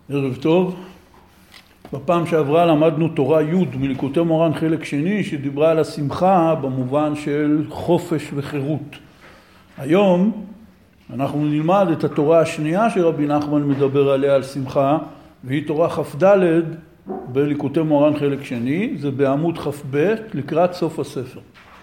ערב טוב. בפעם שעברה למדנו תורה י' מליקוטי מורן חלק שני שדיברה על השמחה במובן של חופש וחירות. היום אנחנו נלמד את התורה השנייה שרבי נחמן מדבר עליה על שמחה, והיא תורה כ"ד בליקוטי מורן חלק שני, זה בעמוד כ"ב לקראת סוף הספר.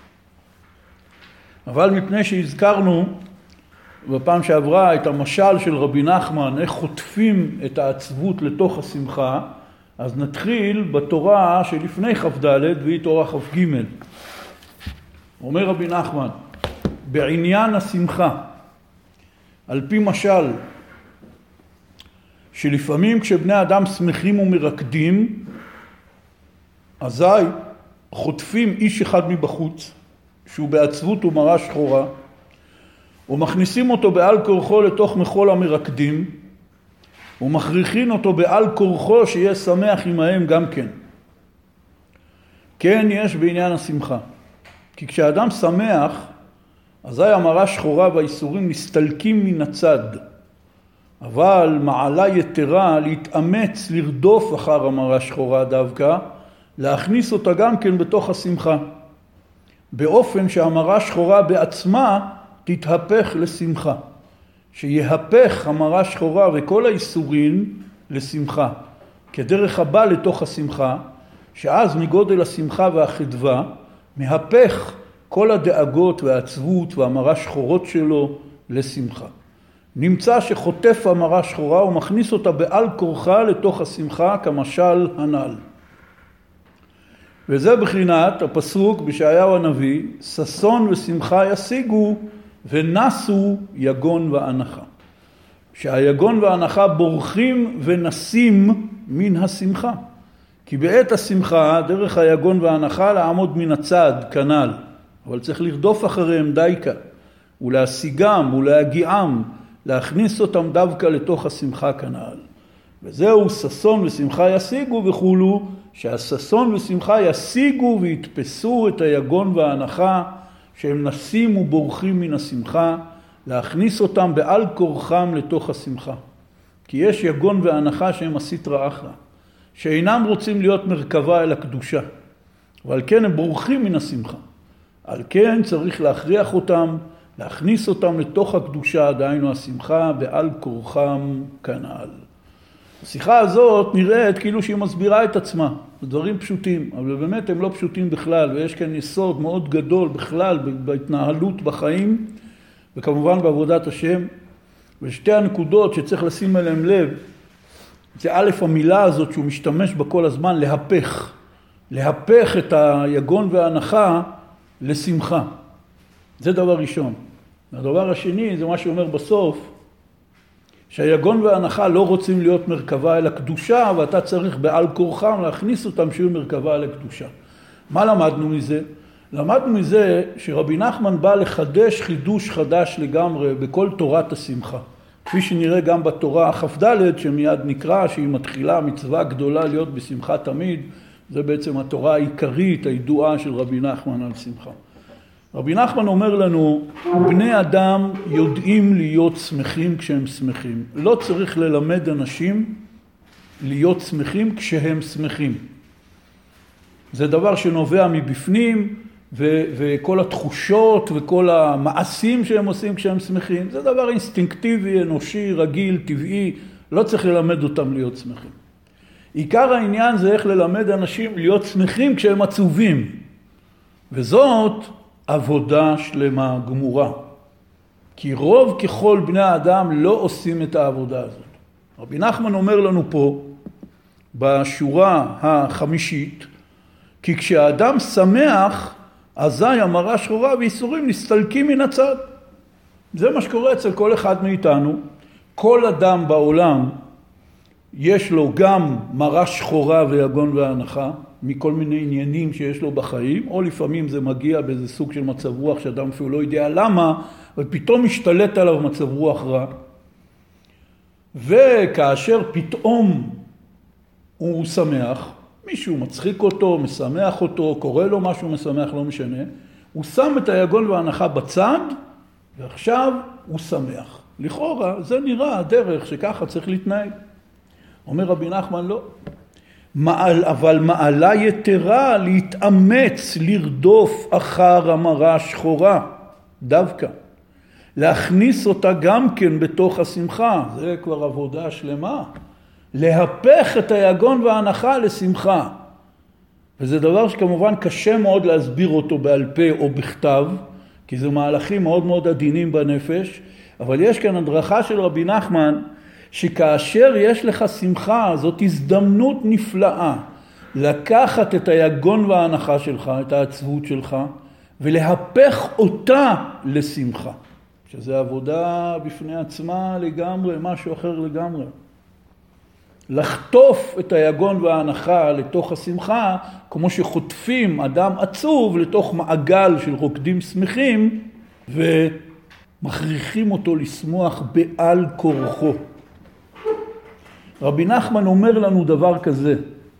אבל מפני שהזכרנו בפעם שעברה את המשל של רבי נחמן, איך חוטפים את העצבות לתוך השמחה, אז נתחיל בתורה שלפני כ"ד והיא תורה כ"ג. אומר רבי נחמן, בעניין השמחה, על פי משל, שלפעמים כשבני אדם שמחים ומרקדים, אזי חוטפים איש אחד מבחוץ, שהוא בעצבות ומרה שחורה, ומכניסים אותו בעל כורחו לתוך מחול המרקדים, ומכריחין אותו בעל כורחו שיהיה שמח עמהם גם כן. כן יש בעניין השמחה. כי כשאדם שמח, אזי המרה שחורה והאיסורים מסתלקים מן הצד. אבל מעלה יתרה להתאמץ לרדוף אחר המרה שחורה דווקא, להכניס אותה גם כן בתוך השמחה. באופן שהמרה שחורה בעצמה תתהפך לשמחה. שיהפך המרה שחורה וכל האיסורים לשמחה. כדרך הבא לתוך השמחה, שאז מגודל השמחה והחדווה, מהפך כל הדאגות והעצבות והמרה שחורות שלו לשמחה. נמצא שחוטף המרה שחורה ומכניס אותה בעל כורחה לתוך השמחה כמשל הנ"ל. וזה בחינת הפסוק בישעיהו הנביא, ששון ושמחה ישיגו ונסו יגון ואנחה. שהיגון ואנחה בורחים ונסים מן השמחה. כי בעת השמחה דרך היגון ואנחה לעמוד מן הצד כנ"ל. אבל צריך לרדוף אחריהם דייקה ולהשיגם ולהגיעם, להכניס אותם דווקא לתוך השמחה כנ"ל. וזהו ששון ושמחה ישיגו וכולו, שהששון ושמחה ישיגו ויתפסו את היגון וההנחה שהם נסים ובורחים מן השמחה, להכניס אותם בעל כורחם לתוך השמחה. כי יש יגון והנחה שהם הסטרא אחרא, שאינם רוצים להיות מרכבה אל הקדושה, ועל כן הם בורחים מן השמחה. על כן צריך להכריח אותם, להכניס אותם לתוך הקדושה, דהיינו השמחה, בעל כורחם כנ"ל. השיחה הזאת נראית כאילו שהיא מסבירה את עצמה, דברים פשוטים, אבל באמת הם לא פשוטים בכלל, ויש כאן יסוד מאוד גדול בכלל בהתנהלות בחיים, וכמובן בעבודת השם. ושתי הנקודות שצריך לשים אליהם לב, זה א', המילה הזאת שהוא משתמש בה כל הזמן, להפך. להפך את היגון וההנחה לשמחה. זה דבר ראשון. הדבר השני זה מה שאומר בסוף, שהיגון וההנחה לא רוצים להיות מרכבה אל הקדושה, ואתה צריך בעל כורחם להכניס אותם שיהיו מרכבה אל הקדושה. מה למדנו מזה? למדנו מזה שרבי נחמן בא לחדש חידוש חדש לגמרי בכל תורת השמחה. כפי שנראה גם בתורה כ"ד שמיד נקרא, שהיא מתחילה מצווה גדולה להיות בשמחה תמיד, זה בעצם התורה העיקרית, הידועה של רבי נחמן על שמחה. רבי נחמן אומר לנו, בני אדם יודעים להיות שמחים כשהם שמחים. לא צריך ללמד אנשים להיות שמחים כשהם שמחים. זה דבר שנובע מבפנים, וכל התחושות וכל המעשים שהם עושים כשהם שמחים, זה דבר אינסטינקטיבי, אנושי, רגיל, טבעי, לא צריך ללמד אותם להיות שמחים. עיקר העניין זה איך ללמד אנשים להיות שמחים כשהם עצובים. וזאת עבודה שלמה גמורה. כי רוב ככל בני האדם לא עושים את העבודה הזאת. רבי נחמן אומר לנו פה, בשורה החמישית, כי כשהאדם שמח, אזי המרה שחורה ואיסורים נסתלקים מן הצד. זה מה שקורה אצל כל אחד מאיתנו. כל אדם בעולם יש לו גם מרה שחורה ויגון והנחה, מכל מיני עניינים שיש לו בחיים, או לפעמים זה מגיע באיזה סוג של מצב רוח שאדם אפילו לא יודע למה, ופתאום משתלט עליו מצב רוח רע. וכאשר פתאום הוא שמח, מישהו מצחיק אותו, משמח אותו, קורא לו משהו משמח, לא משנה, הוא שם את היגון וההנחה בצד, ועכשיו הוא שמח. לכאורה זה נראה הדרך שככה צריך להתנהג. אומר רבי נחמן לא. אבל מעלה יתרה להתאמץ, לרדוף אחר המרה השחורה, דווקא. להכניס אותה גם כן בתוך השמחה, זה כבר עבודה שלמה. להפך את היגון וההנחה לשמחה. וזה דבר שכמובן קשה מאוד להסביר אותו בעל פה או בכתב, כי זה מהלכים מאוד מאוד עדינים בנפש, אבל יש כאן הדרכה של רבי נחמן, שכאשר יש לך שמחה, זאת הזדמנות נפלאה, לקחת את היגון וההנחה שלך, את העצבות שלך, ולהפך אותה לשמחה. שזה עבודה בפני עצמה לגמרי, משהו אחר לגמרי. לחטוף את היגון וההנחה לתוך השמחה, כמו שחוטפים אדם עצוב לתוך מעגל של רוקדים שמחים, ומכריחים אותו לשמוח בעל כורחו. רבי נחמן אומר לנו דבר כזה,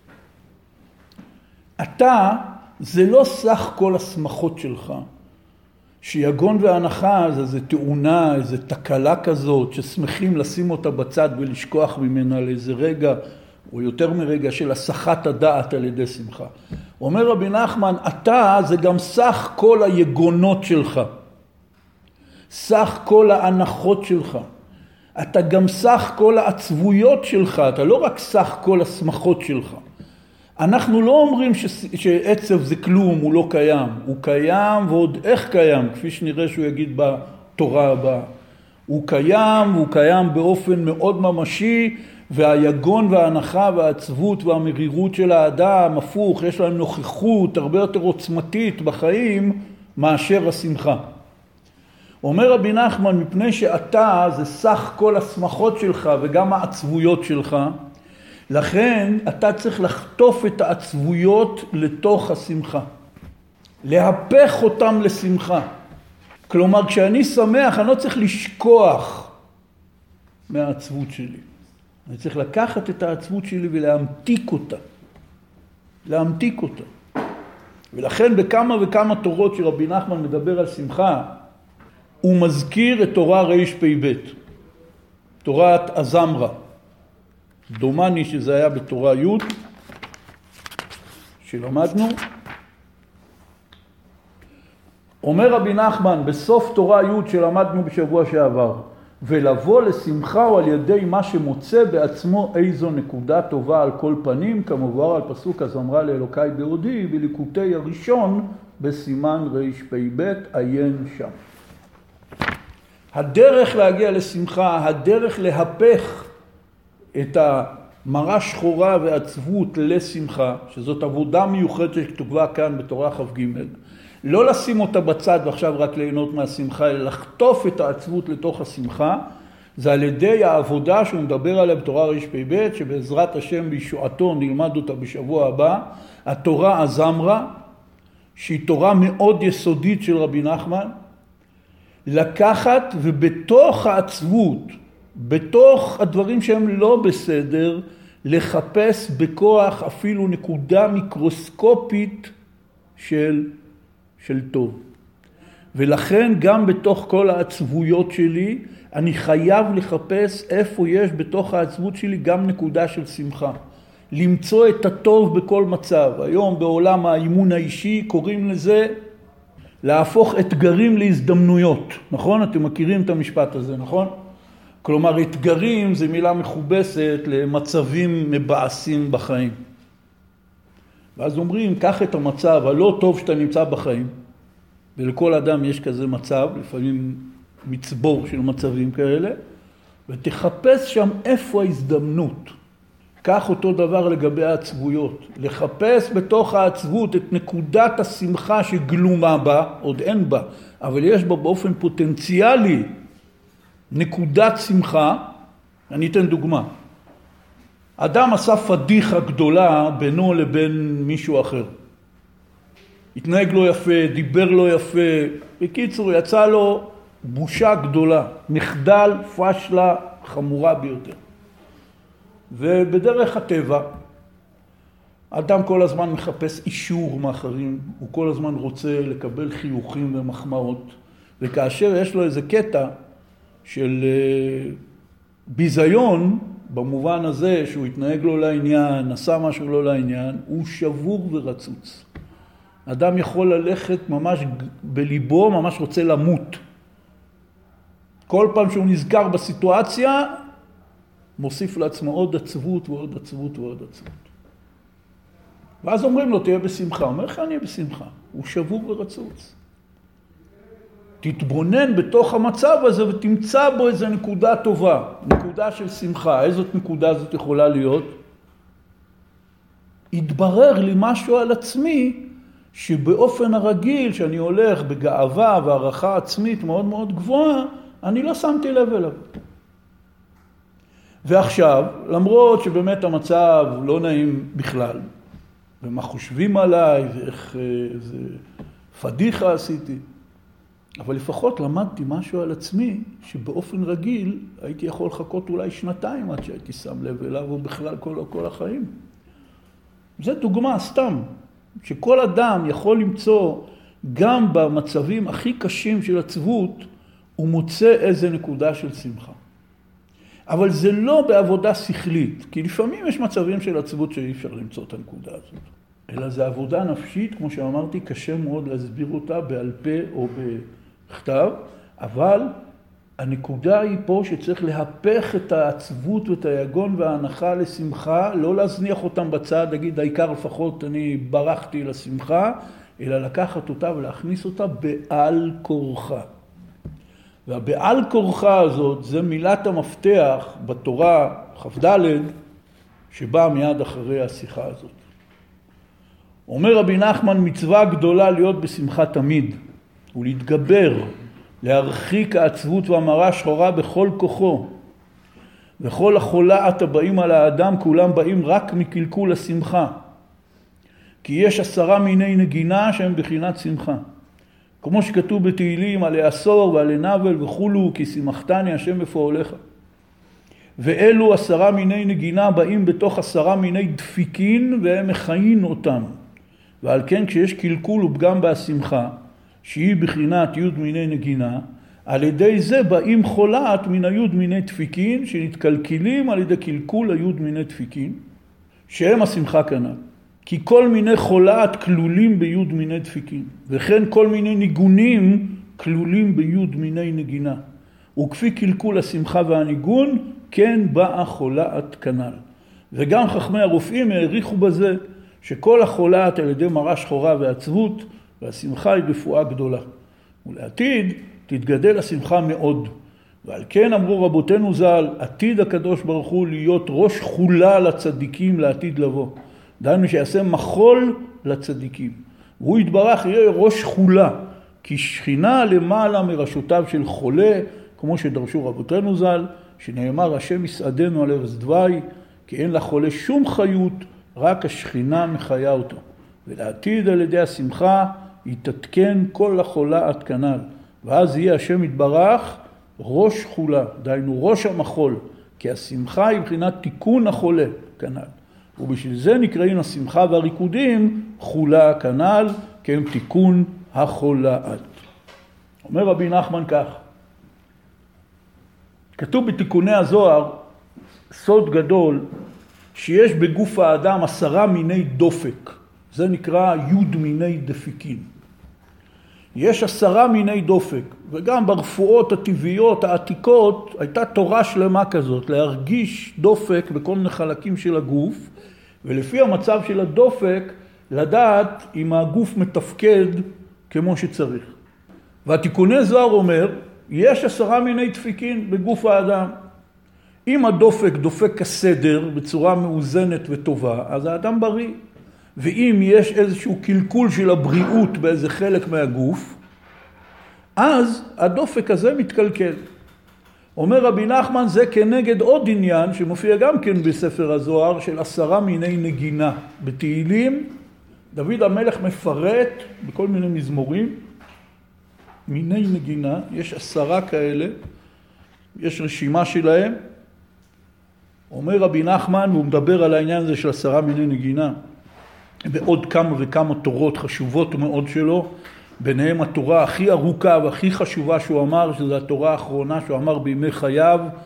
אתה, זה לא סך כל השמחות שלך, שיגון והנחה זה איזו תאונה, איזו תקלה כזאת, ששמחים לשים אותה בצד ולשכוח ממנה לאיזה רגע, או יותר מרגע של הסחת הדעת על ידי שמחה. אומר רבי נחמן, אתה זה גם סך כל היגונות שלך, סך כל ההנחות שלך, אתה גם סך כל העצבויות שלך, אתה לא רק סך כל השמחות שלך. אנחנו לא אומרים שעצב זה כלום, הוא לא קיים. הוא קיים ועוד איך קיים, כפי שנראה שהוא יגיד בתורה הבאה. הוא קיים והוא קיים באופן מאוד ממשי, והיגון וההנחה והעצבות והמרירות של האדם, הפוך, יש להם נוכחות הרבה יותר עוצמתית בחיים מאשר השמחה. אומר רבי נחמן, מפני שאתה זה סך כל השמחות שלך וגם העצבויות שלך, לכן אתה צריך לחטוף את העצבויות לתוך השמחה. להפך אותם לשמחה. כלומר, כשאני שמח, אני לא צריך לשכוח מהעצבות שלי. אני צריך לקחת את העצבות שלי ולהמתיק אותה. להמתיק אותה. ולכן בכמה וכמה תורות שרבי נחמן מדבר על שמחה, הוא מזכיר את תורה רפ"ב, תורת הזמרה. דומני שזה היה בתורה י' שלמדנו. אומר רבי נחמן בסוף תורה י' שלמדנו בשבוע שעבר, ולבוא לשמחה הוא על ידי מה שמוצא בעצמו איזו נקודה טובה על כל פנים, כמובן על פסוק הזמרה לאלוקי בעודי בליקוטי הראשון בסימן רפ"ב עיין שם. הדרך להגיע לשמחה, הדרך להפך את המרה שחורה ועצבות לשמחה, שזאת עבודה מיוחדת שכתובה כאן בתורה כ"ג, לא לשים אותה בצד ועכשיו רק ליהנות מהשמחה, אלא לחטוף את העצבות לתוך השמחה, זה על ידי העבודה שהוא מדבר עליה בתורה רפ"ב, שבעזרת השם בישועתו נלמד אותה בשבוע הבא, התורה הזמרה, שהיא תורה מאוד יסודית של רבי נחמן, לקחת ובתוך העצבות, בתוך הדברים שהם לא בסדר, לחפש בכוח אפילו נקודה מיקרוסקופית של טוב. ולכן גם בתוך כל העצבויות שלי, אני חייב לחפש איפה יש בתוך העצבות שלי גם נקודה של שמחה. למצוא את הטוב בכל מצב. היום בעולם האימון האישי קוראים לזה להפוך אתגרים להזדמנויות. נכון? אתם מכירים את המשפט הזה, נכון? כלומר, אתגרים זה מילה מכובסת למצבים מבאסים בחיים. ואז אומרים, קח את המצב הלא טוב שאתה נמצא בחיים, ולכל אדם יש כזה מצב, לפעמים מצבור של מצבים כאלה, ותחפש שם איפה ההזדמנות. קח אותו דבר לגבי העצבויות. לחפש בתוך העצבות את נקודת השמחה שגלומה בה, עוד אין בה, אבל יש בה באופן פוטנציאלי נקודת שמחה. אני אתן דוגמה. אדם עשה פדיחה גדולה בינו לבין מישהו אחר. התנהג לו יפה, דיבר לו יפה. בקיצור, יצא לו בושה גדולה. מחדל, פשלה חמורה ביותר. ובדרך הטבע, אדם כל הזמן מחפש אישור מאחרים. הוא כל הזמן רוצה לקבל חיוכים ומחמאות. וכאשר יש לו איזה קטע של ביזיון, במובן הזה שהוא התנהג לו לעניין, עשה משהו לא לעניין, הוא שבור ורצוץ. אדם יכול ללכת ממש בליבו, ממש רוצה למות. כל פעם שהוא נזכר בסיטואציה, מוסיף לעצמו עוד עצבות ועוד עצבות ועוד עצבות. ואז אומרים לו, תהיה בשמחה. אומר לך, אני אהיה בשמחה. הוא שבור ורצוץ. תתבונן בתוך המצב הזה ותמצא בו איזו נקודה טובה, נקודה של שמחה. איזו נקודה זאת יכולה להיות? התברר לי משהו על עצמי, שבאופן הרגיל, שאני הולך בגאווה והערכה עצמית מאוד מאוד גבוהה, אני לא שמתי לב אליו. ועכשיו, למרות שבאמת המצב לא נעים בכלל, ומה חושבים עליי, ואיך איזה פדיחה עשיתי, אבל לפחות למדתי משהו על עצמי, שבאופן רגיל הייתי יכול לחכות אולי 2 עד שהייתי שם לב אליו, ובכלל כל החיים. זו דוגמה סתם, שכל אדם יכול למצוא גם במצבים הכי קשים של עצבות, הוא מוצא איזה נקודה של שמחה. אבל זה לא בעבודה שכלית, כי לפעמים יש מצבים של עצבות שאי אפשר למצוא את הנקודה הזאת. אלא זה עבודה נפשית, כמו שאמרתי, קשה מאוד להסביר אותה בעל פה או בכתב, אבל הנקודה היא פה שצריך להפך את העצבות ואת היגון וההנחה לשמחה, לא להזניח אותם בצד, להגיד, העיקר לפחות אני ברחתי לשמחה, אלא לקחת אותה ולהכניס אותה בעל כורחה. והבעל כורחה הזאת, זה מילת המפתח בתורה כ"ד, שבאה מיד אחרי השיחה הזאת. אומר רבי נחמן, מצווה גדולה להיות בשמחה תמיד, ולהתגבר, להרחיק העצבות והמרה שחורה בכל כוחו. וכל החולת הבאים על האדם, כולם באים רק מקלקול השמחה. כי יש 10 מיני נגינה שהם בחינת שמחה. כמו שכתוב בתהילים, על העשור ועל הנבל וכולו, כי שמחתני השם בפועלך. ואלו 10 מיני נגינה באים בתוך 10 מיני דפיקין, והם מכהין אותם. ועל כן כשיש קלקול ופגם בהשמחה, שהיא בחינת י' מיני נגינה, על ידי זה באים חולת מן הי' מיני דפיקין, שנתקלקלים על ידי קלקול הי' מיני דפיקין, שהם השמחה כנ"ל. כי כל מיני חולת כלולים בי' מיני דפיקין, וכן כל מיני ניגונים כלולים בי' מיני נגינה. וכפי קלקול השמחה והניגון, כן באה חולת כנ"ל. וגם חכמי הרופאים העריכו בזה, שכל החולת על ידי מרה שחורה ועצבות, והשמחה היא רפואה גדולה. ולעתיד תתגדל השמחה מאוד. ועל כן אמרו רבותינו ז"ל, עתיד הקדוש ברוך הוא להיות ראש חולה לצדיקים לעתיד לבוא. דהיינו שיעשה מחול לצדיקים. והוא יתברך יהיה ראש חולה, כי שכינה למעלה מראשותיו של חולה, כמו שדרשו רבותינו ז"ל, שנאמר השם יסעדנו על ארץ דווי, כי אין לחולה שום חיות, רק השכינה מחיה אותו. ולעתיד על ידי השמחה יתתקן כל החולה עד כנ"ל. ואז יהיה השם יתברך ראש חולה, דהיינו ראש המחול, כי השמחה היא מבחינת תיקון החולה כנ"ל. ובשביל זה נקראים השמחה והריקודים חולה כנ"ל, כי הם תיקון החולת. אומר רבי נחמן כך, כתוב בתיקוני הזוהר, סוד גדול, שיש בגוף האדם 10 מיני דופק. זה נקרא י' מיני דפיקין. יש 10 מיני דופק, וגם ברפואות הטבעיות העתיקות הייתה תורה שלמה כזאת, להרגיש דופק בכל מיני חלקים של הגוף, ולפי המצב של הדופק, לדעת אם הגוף מתפקד כמו שצריך. והתיקוני זוהר אומר, יש 10 מיני דפיקין בגוף האדם. אם הדופק דופק כסדר בצורה מאוזנת וטובה, אז האדם בריא. ואם יש איזשהו קלקול של הבריאות באיזה חלק מהגוף, אז הדופק הזה מתקלקל. אומר רבי נחמן, זה כנגד עוד עניין שמופיע גם כן בספר הזוהר של 10 מיני נגינה. בתהילים, דוד המלך מפרט בכל מיני מזמורים, מיני נגינה, יש 10 כאלה, יש רשימה שלהם. אומר רבי נחמן, והוא מדבר על העניין הזה של 10 מיני נגינה, בעוד כמה וכמה תורות חשובות מאוד שלו, ביניהם התורה הכי ארוכה והכי חשובה שהוא אמר, שזו התורה האחרונה שהוא אמר בימי חייו,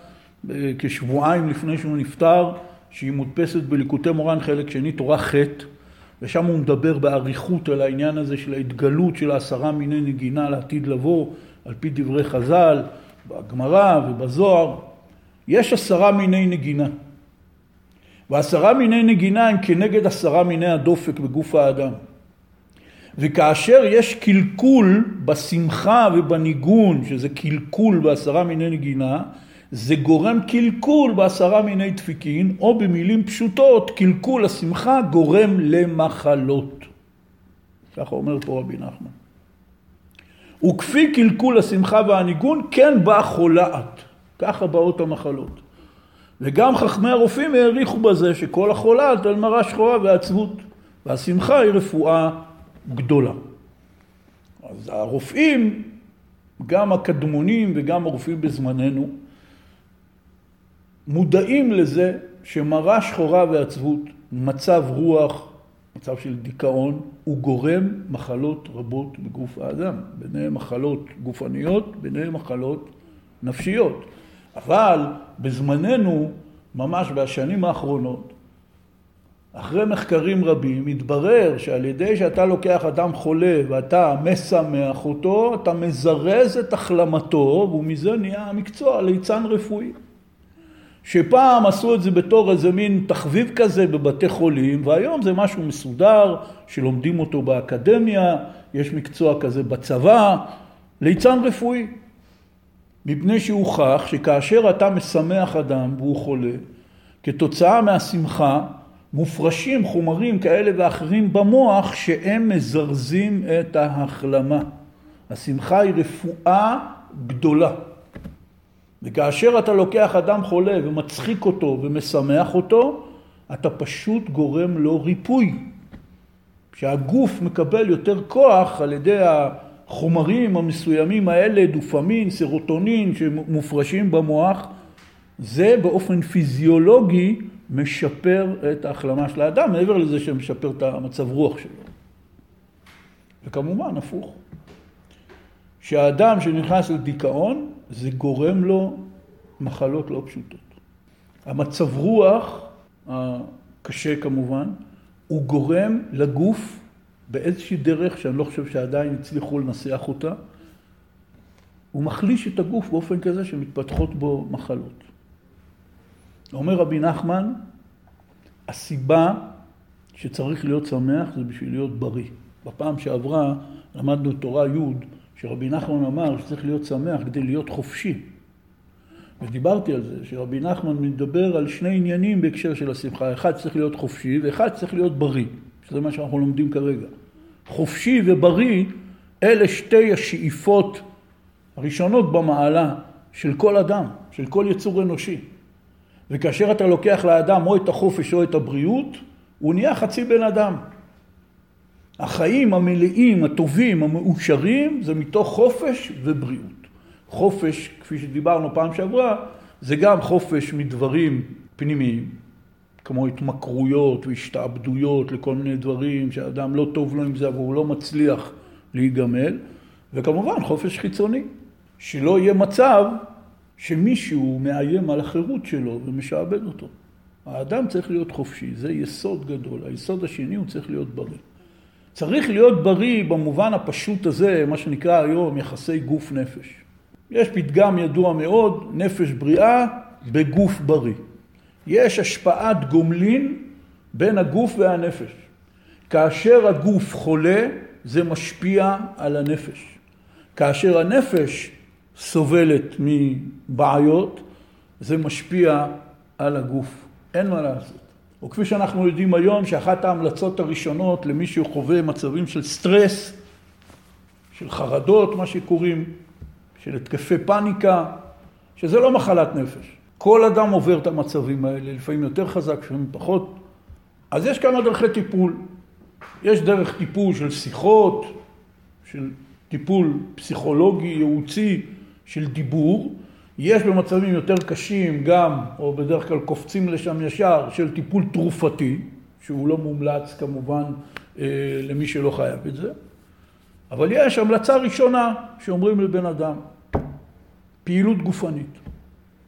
כשבועיים לפני שהוא נפטר, שהיא מודפסת בליקוטי מורן חלק שני, תורה ח', ושם הוא מדבר באריכות על העניין הזה של ההתגלות של 10 מיני נגינה לעתיד לבוא, על פי דברי חז"ל, בגמרא ובזוהר. יש 10 מיני נגינה. ו10 מיני נגינה הם כנגד 10 מיני הדופק בגוף האדם. וכאשר יש קלקול בשמחה ובניגון, שזה קלקול ב10 מיני נגינה, זה גורם קלקול ב10 מיני דפיקין, או במילים פשוטות, קלקול השמחה גורם למחלות. ככה אומר פה רבי נחמן. וכפי קלקול השמחה והניגון, כן באה חולאת. ככה באות המחלות. וגם חכמי הרופאים העריכו בזה שכל החולאת על מראה שחורה ועצבות. והשמחה היא רפואה גדולה. אז הרופאים, גם הקדמונים וגם הרופאים בזמננו, מודעים לזה שמראה שחורה ועצבות, מצב רוח, מצב של דיכאון, הוא גורם מחלות רבות בגוף האדם. ביניהם מחלות גופניות, ביניהם מחלות נפשיות. אבל בזמננו, ממש בשנים האחרונות, אחרי מחקרים רבים, מתברר שעל ידי שאתה לוקח אדם חולה ואתה משמח אותו, אתה מזרז את החלמתו, ומזה נהיה המקצוע ליצן רפואי. שפעם עשו את זה בתור איזה מין תחביב כזה בבתי חולים, והיום זה משהו מסודר, שלומדים אותו באקדמיה, יש מקצוע כזה בצבא, ליצן רפואי. מפני שהוכח שכאשר אתה משמח אדם והוא חולה, כתוצאה מהשמחה, מופרשים חומרים כאלה ואחרים במוח שהם מזרזים את ההחלמה. השמחה היא רפואה גדולה. וכאשר אתה לוקח אדם חולה ומצחיק אותו ומשמח אותו, אתה פשוט גורם לו ריפוי. שהגוף מקבל יותר כוח על ידי החומרים המסוימים האלה, דופמין, סרוטונין שמופרשים במוח, זה באופן פיזיולוגי משפר את ההחלמה של האדם, מעבר לזה שמשפר את המצב רוח שלו. וכמובן, הפוך. שהאדם שנכנס לדיכאון, זה גורם לו מחלות לא פשוטות. המצב רוח, הקשה כמובן, הוא גורם לגוף באיזושהי דרך שאני לא חושב שעדיין הצליחו לנסח אותה, הוא מחליש את הגוף באופן כזה שמתפתחות בו מחלות. אומר רבי נחמן, הסיבה שצריך להיות שמח זה בשביל להיות בריא. בפעם שעברה למדנו תורה י' שרבי נחמן אמר שצריך להיות שמח כדי להיות חופשי. ודיברתי על זה, שרבי נחמן מדבר על שני עניינים בהקשר של השמחה. אחד צריך להיות חופשי ואחד צריך להיות בריא. שזה מה שאנחנו לומדים כרגע. חופשי ובריא, אלה שתי השאיפות הראשונות במעלה של כל אדם, של כל יצור אנושי. וכאשר אתה לוקח לאדם או את החופש או את הבריאות, הוא נהיה חצי בן אדם. החיים המלאים, הטובים, המאושרים, זה מתוך חופש ובריאות. חופש, כפי שדיברנו פעם שעברה, זה גם חופש מדברים פנימיים, כמו התמכרויות והשתעבדויות לכל מיני דברים, שהאדם לא טוב לו עם זה, אבל הוא לא מצליח להיגמל, וכמובן חופש חיצוני, שלא יהיה מצב שמישהו מאיים על החירות שלו ומשעבד אותו. האדם צריך להיות חופשי, זה יסוד גדול. היסוד השני הוא צריך להיות בריא. צריך להיות בריא במובן הפשוט הזה, מה שנקרא היום יחסי גוף נפש. יש פתגם ידוע מאוד, נפש בריאה בגוף בריא. יש השפעת גומלין בין הגוף והנפש. כאשר הגוף חולה, זה משפיע על הנפש. כאשר הנפש סובלת מבעיות, זה משפיע על הגוף. אין מה לעשות. או כפי שאנחנו יודעים היום, שאחת ההמלצות הראשונות למי שחווה מצבים של סטרס, של חרדות, מה שקוראים, של התקפי פאניקה, שזה לא מחלת נפש. כל אדם עובר את המצבים האלה, לפעמים יותר חזק, לפעמים פחות. אז יש כמה דרכי טיפול. יש דרך טיפול של שיחות, של טיפול פסיכולוגי, ייעוצי, של דיבור. יש במצבים יותר קשים גם, או בדרך כלל קופצים לשם ישר, של טיפול תרופתי, שהוא לא מומלץ כמובן למי שלא חייב את זה. אבל יש המלצה ראשונה שאומרים לבן אדם, פעילות גופנית.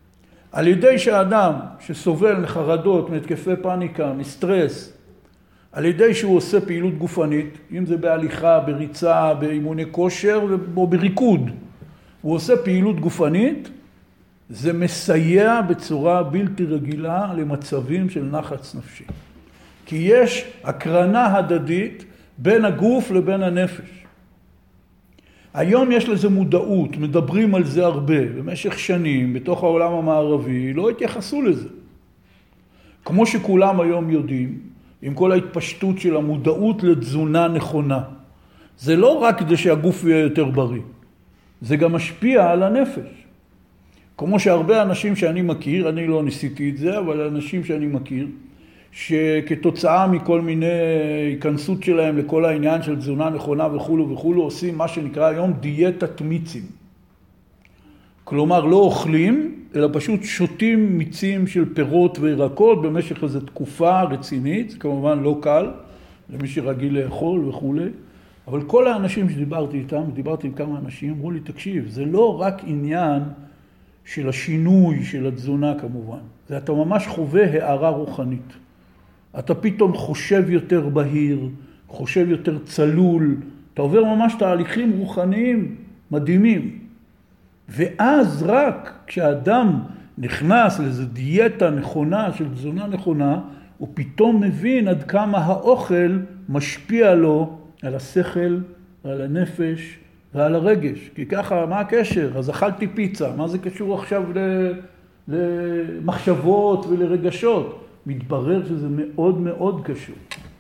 על ידי שהאדם שסובל מחרדות, מהתקפי פאניקה, מסטרס, על ידי שהוא עושה פעילות גופנית, אם זה בהליכה, בריצה, באימוני כושר או בריקוד, הוא עושה פעילות גופנית, זה מסייע בצורה בלתי רגילה למצבים של נחץ נפשי. כי יש הקרנה הדדית בין הגוף לבין הנפש. היום יש לזה מודעות, מדברים על זה הרבה. במשך שנים, בתוך העולם המערבי, לא התייחסו לזה. כמו שכולם היום יודעים, עם כל ההתפשטות של המודעות לתזונה נכונה. זה לא רק כדי שהגוף יהיה יותר בריא, זה גם משפיע על הנפש. כמו שהרבה אנשים שאני מכיר, אני לא ניסיתי את זה, אבל אנשים שאני מכיר, שכתוצאה מכל מיני היכנסות שלהם לכל העניין של תזונה נכונה וכולו וכולו, עושים מה שנקרא היום דיאטת מיצים. כלומר, לא אוכלים, אלא פשוט שותים מיצים של פירות וירקות במשך איזו תקופה רצינית, זה כמובן לא קל, למי שרגיל לאכול וכולי. אבל כל האנשים שדיברתי איתם, דיברתי עם כמה אנשים, אמרו לי, תקשיב, זה לא רק עניין של השינוי של התזונה כמובן, זה אתה ממש חווה הערה רוחנית. אתה פתאום חושב יותר בהיר, חושב יותר צלול, אתה עובר ממש תהליכים רוחניים מדהימים. ואז רק כשהאדם נכנס לאיזו דיאטה נכונה של תזונה נכונה, הוא פתאום מבין עד כמה האוכל משפיע לו על השכל, על הנפש ועל הרגש. כי ככה, מה הקשר? אז אכלתי פיצה, מה זה קשור עכשיו למחשבות ולרגשות? מתברר שזה מאוד מאוד קשור.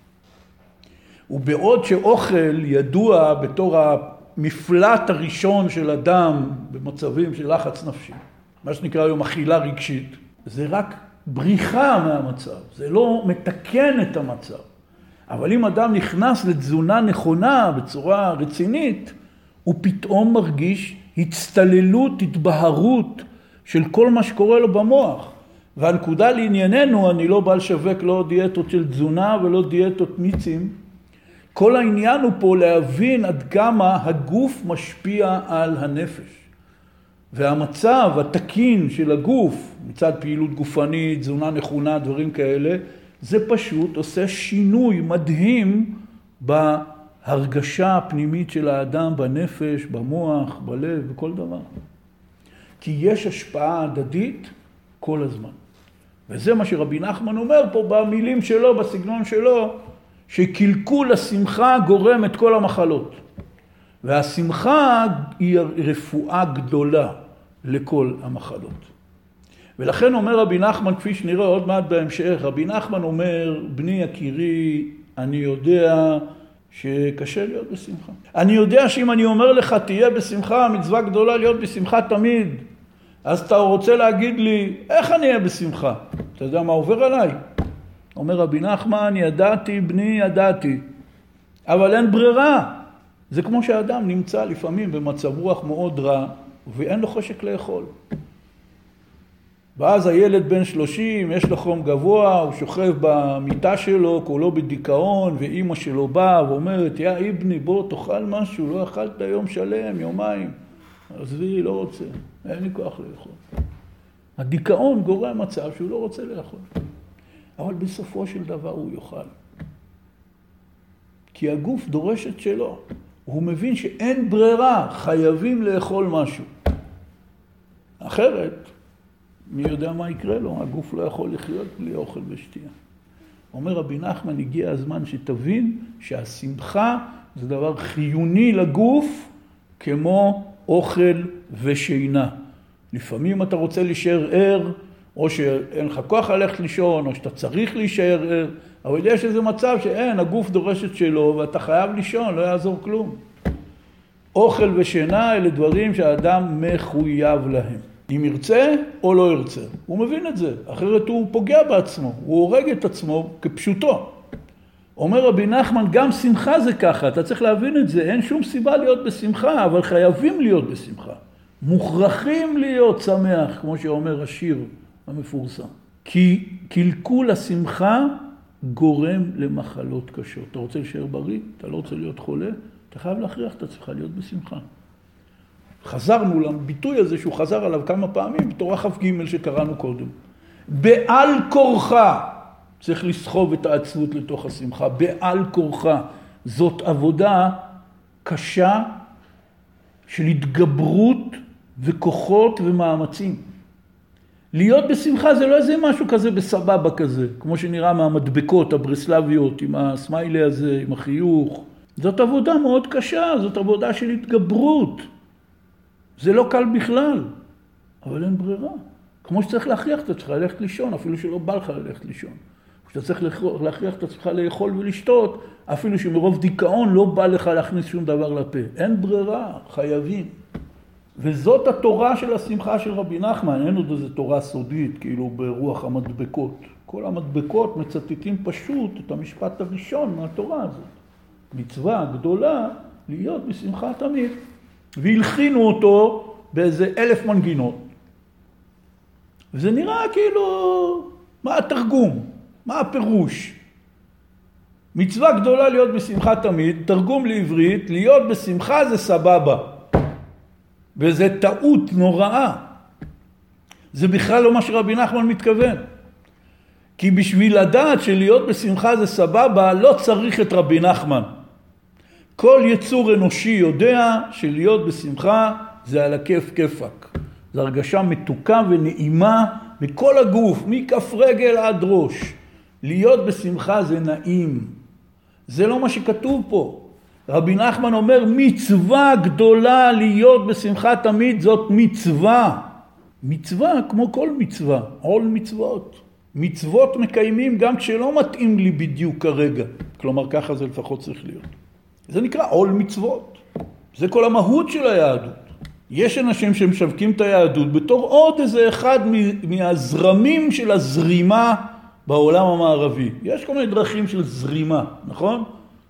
ובעוד שאוכל ידוע בתור המפלט הראשון של אדם במצבים של לחץ נפשי, מה שנקרא היום אכילה רגשית, זה רק בריחה מהמצב, זה לא מתקן את המצב. אבל אם אדם נכנס לתזונה נכונה בצורה רצינית, הוא פתאום מרגיש הצטללות, התבהרות של כל מה שקורה לו במוח. והנקודה לענייננו, אני לא בא לשווק לא דיאטות של תזונה ולא דיאטות מיצים. כל העניין הוא פה להבין עד כמה הגוף משפיע על הנפש. והמצב התקין של הגוף, מצד פעילות גופנית, תזונה נכונה, דברים כאלה, זה פשוט עושה שינוי מדהים בהרגשה הפנימית של האדם, בנפש, במוח, בלב, בכל דבר. כי יש השפעה הדדית כל הזמן. וזה מה שרבי נחמן אומר פה במילים שלו, בסגנון שלו, שקלקול השמחה גורם את כל המחלות. והשמחה היא רפואה גדולה לכל המחלות. ולכן אומר רבי נחמן, כפי שנראה עוד מעט בהמשך, רבי נחמן אומר, בני יקירי, אני יודע שקשה להיות בשמחה. אני יודע שאם אני אומר לך תהיה בשמחה, מצווה גדולה להיות בשמחה תמיד. אז אתה רוצה להגיד לי, איך אני אהיה בשמחה? אתה יודע מה עובר עליי? אומר רבי נחמן, ידעתי בני, ידעתי. אבל אין ברירה. זה כמו שהאדם נמצא לפעמים במצב רוח מאוד רע, ואין לו חושק לאכול. ואז הילד בן 30, יש לו חום גבוה, הוא שוכב במיטה שלו, כולו בדיכאון, ואימא שלו באה ואומרת, יא איבני, בוא תאכל משהו, לא אכלת יום שלם, יומיים. אז היא לא רוצה, אין לי כוח לאכול. הדיכאון גורם מצב שהוא לא רוצה לאכול. אבל בסופו של דבר הוא יאכל. כי הגוף דורש את שלו. הוא מבין שאין ברירה, חייבים לאכול משהו. אחרת, מי יודע מה יקרה לו? הגוף לא יכול לחיות בלי אוכל ושתייה. אומר רבי נחמן, הגיע הזמן שתבין שהשמחה זה דבר חיוני לגוף כמו אוכל ושינה. לפעמים אתה רוצה להישאר ער, או שאין לך כוח ללכת לישון, או שאתה צריך להישאר ער, אבל יש איזה מצב שאין, הגוף דורש את שלו, ואתה חייב לישון, לא יעזור כלום. אוכל ושינה אלה דברים שהאדם מחויב להם. אם ירצה או לא ירצה. הוא מבין את זה, אחרת הוא פוגע בעצמו, הוא הורג את עצמו כפשוטו. אומר רבי נחמן, גם שמחה זה ככה, אתה צריך להבין את זה, אין שום סיבה להיות בשמחה, אבל חייבים להיות בשמחה. מוכרחים להיות שמח, כמו שאומר השיר המפורסם. כי קלקול השמחה גורם למחלות קשות. אתה רוצה להישאר בריא, אתה לא רוצה להיות חולה, אתה חייב להכריח את עצמך להיות בשמחה. חזרנו לביטוי הזה שהוא חזר עליו כמה פעמים, בתורה כ"ג שקראנו קודם. בעל כורחה, צריך לסחוב את העצבות לתוך השמחה, בעל כורחה. זאת עבודה קשה של התגברות וכוחות ומאמצים. להיות בשמחה זה לא איזה משהו כזה בסבבה כזה, כמו שנראה מהמדבקות הברסלביות, עם הסמיילי הזה, עם החיוך. זאת עבודה מאוד קשה, זאת עבודה של התגברות. זה לא קל בכלל, אבל אין ברירה. כמו שצריך להכריח את עצמך ללכת לישון, אפילו שלא בא לך ללכת לישון. כשאתה צריך להכריח את עצמך לאכול ולשתות, אפילו שמרוב דיכאון לא בא לך להכניס שום דבר לפה. אין ברירה, חייבים. וזאת התורה של השמחה של רבי נחמן, אין עוד איזו תורה סודית, כאילו ברוח המדבקות. כל המדבקות מצטטים פשוט את המשפט הראשון מהתורה הזאת. מצווה גדולה להיות בשמחה תמיד. והלחינו אותו באיזה 1000 מנגינות. וזה נראה כאילו, מה התרגום? מה הפירוש? מצווה גדולה להיות בשמחה תמיד, תרגום לעברית, להיות בשמחה זה סבבה. וזה טעות נוראה. זה בכלל לא מה שרבי נחמן מתכוון. כי בשביל לדעת שלהיות בשמחה זה סבבה, לא צריך את רבי נחמן. כל יצור אנושי יודע שלהיות בשמחה זה על הכיף כיפק. זו הרגשה מתוקה ונעימה מכל הגוף, מכף רגל עד ראש. להיות בשמחה זה נעים. זה לא מה שכתוב פה. רבי נחמן אומר, מצווה גדולה להיות בשמחה תמיד, זאת מצווה. מצווה כמו כל מצווה, עול מצוות. מצוות מקיימים גם כשלא מתאים לי בדיוק כרגע. כלומר, ככה זה לפחות צריך להיות. זה נקרא עול מצוות. זה כל המהות של היהדות. יש אנשים שמשווקים את היהדות בתור עוד איזה אחד מהזרמים של הזרימה בעולם המערבי. יש כל מיני דרכים של זרימה, נכון?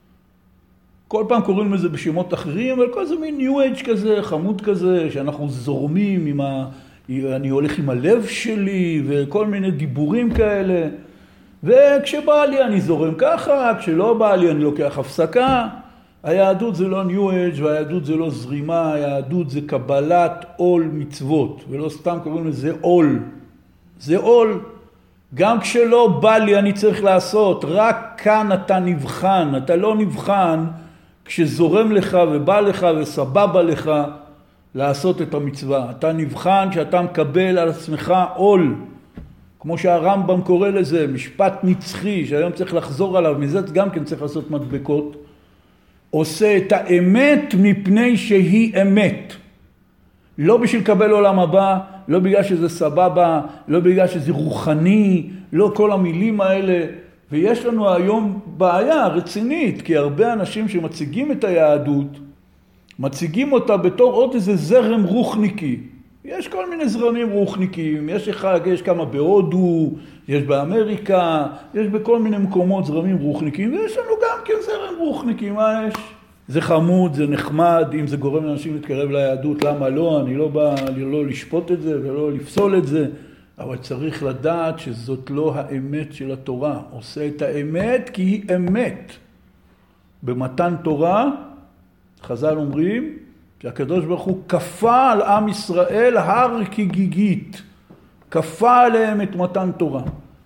כל פעם קוראים לזה בשמות אחרים, אבל כל זה מין ניו אייג' כזה, חמוד כזה, שאנחנו זורמים אני הולך עם הלב שלי, וכל מיני דיבורים כאלה. וכשבא לי אני זורם ככה, כשלא בא לי אני לוקח הפסקה. היהדות זה לא ניו אייג' והיהדות זה לא זרימה, היהדות זה קבלת עול מצוות, ולא סתם קוראים לזה עול. זה עול. גם כשלא בא לי אני צריך לעשות, רק כאן אתה נבחן, אתה לא נבחן כשזורם לך ובא לך וסבבה לך לעשות את המצווה. אתה נבחן שאתה מקבל על עצמך עול, כמו שהרמב"ם קורא לזה, משפט נצחי, שהיום צריך לחזור עליו, מזה גם כן צריך לעשות מדבקות, עושה את האמת מפני שהיא אמת. לא בשביל לקבל עולם הבא, לא בגלל שזה סבבה, לא בגלל שזה רוחני, לא כל המילים האלה. ויש לנו היום בעיה רצינית, כי הרבה אנשים שמציגים את היהדות, מציגים אותה בתור עוד איזה זרם רוחניקי. יש כל מיני זרמים רוחניקים, יש כמה בהודו, יש באמריקה, יש בכל מיני מקומות זרמים רוחניקים, ויש לנו גם כן זרם רוחניקי, מה יש? זה חמוד, זה נחמד, אם זה גורם לאנשים להתקרב ליהדות, למה לא? אני לא בא לא לשפוט את זה ולא לפסול את זה, אבל צריך לדעת שזאת לא האמת של התורה. עושה את האמת כי היא אמת. במתן תורה, חז"ל אומרים, שהקדוש ברוך הוא כפה על עם ישראל הר כגיגית. כפה עליהם את מתן תורה.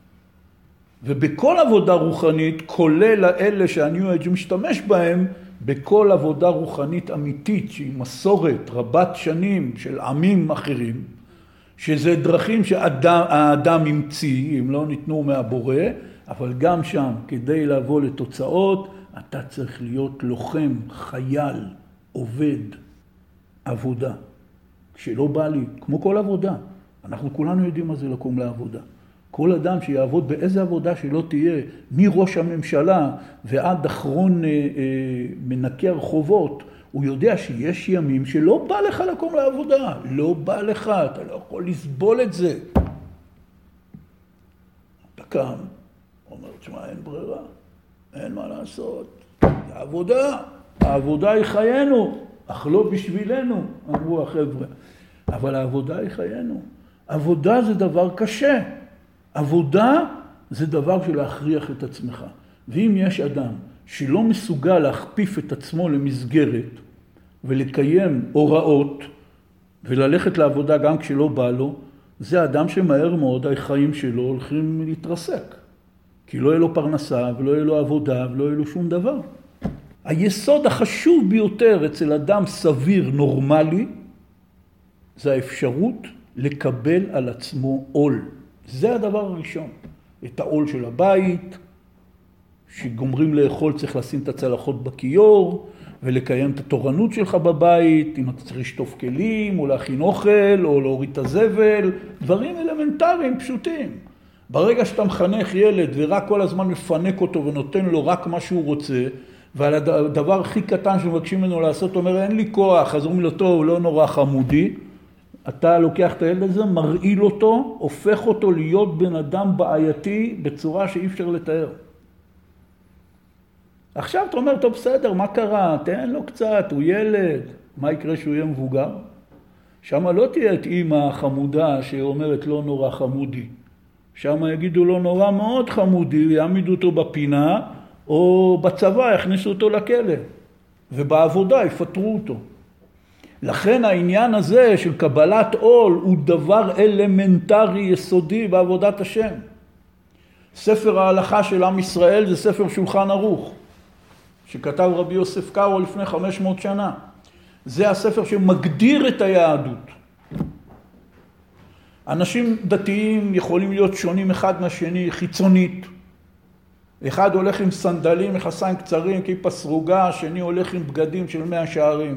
ובכל עבודה רוחנית, כולל האלה שהניו אייג' משתמש בהם, בכל עבודה רוחנית אמיתית, שהיא מסורת רבת שנים של עמים אחרים, שזה דרכים שהאדם המציא, אם לא ניתנו מהבורא, אבל גם שם, כדי לבוא לתוצאות, אתה צריך להיות לוחם, חייל, עובד, עבודה. שלא בא לי, כמו כל עבודה. אנחנו כולנו יודעים מה זה לקום לעבודה. כל אדם שיעבוד באיזה עבודה שלא תהיה, מראש הממשלה ועד אחרון מנקי הרחובות, הוא יודע שיש ימים שלא בא לך לקום לעבודה. לא בא לך, אתה לא יכול לסבול את זה. אתה קם, אומר, תשמע, אין ברירה, אין מה לעשות. זה עבודה, העבודה היא חיינו, אך לא בשבילנו, אמרו החבר'ה. אבל העבודה היא חיינו. עבודה זה דבר קשה. עבודה זה דבר של להכריח את עצמך. ואם יש אדם שלא מסוגל להכפיף את עצמו למסגרת ולקיים הוראות, וללכת לעבודה גם כשלא בא לו, זה אדם שמהר מאוד החיים שלו הולכים להתרסק. כי לא יהיה לו פרנסה ולא יהיה לו עבודה ולא יהיה לו שום דבר. היסוד החשוב ביותר אצל אדם סביר נורמלי, זה האפשרות לקבל על עצמו עול. זה הדבר הראשון. את העול של הבית, שגומרים לאכול צריך לשים את הצלחות בכיור, ולקיים את התורנות שלך בבית, אם אתה צריך לשטוף כלים, או להכין אוכל, או להוריד את הזבל, דברים אלמנטריים פשוטים. ברגע שאתה מחנך ילד ורק כל הזמן מפנק אותו ונותן לו רק מה שהוא רוצה, ועל הדבר הכי קטן שמבקשים ממנו לעשות, הוא אומר, אין לי כוח, אז אומרים לו, טוב, לא נורא חמודי, אתה לוקח את הילד הזה, מרעיל אותו, הופך אותו להיות בן אדם בעייתי בצורה שאי אפשר לתאר. עכשיו אתה אומר, טוב בסדר, מה קרה? תן לו קצת, הוא ילד. מה יקרה שהוא יהיה מבוגר? שמה לא תהיה את אמא החמודה שאומרת לא נורא חמודי. שמה יגידו לו נורא מאוד חמודי, יעמידו אותו בפינה, או בצבא יכניסו אותו לכלא. ובעבודה יפטרו אותו. לכן העניין הזה של קבלת עול הוא דבר אלמנטרי יסודי בעבודת השם. ספר ההלכה של עם ישראל זה ספר שולחן ערוך, שכתב רבי יוסף קארו לפני 500 שנה. זה הספר שמגדיר את היהדות. אנשים דתיים יכולים להיות שונים אחד מהשני חיצונית. אחד הולך עם סנדלים, מכנסיים קצרים, כיפה סרוגה, השני הולך עם בגדים של 100 שערים.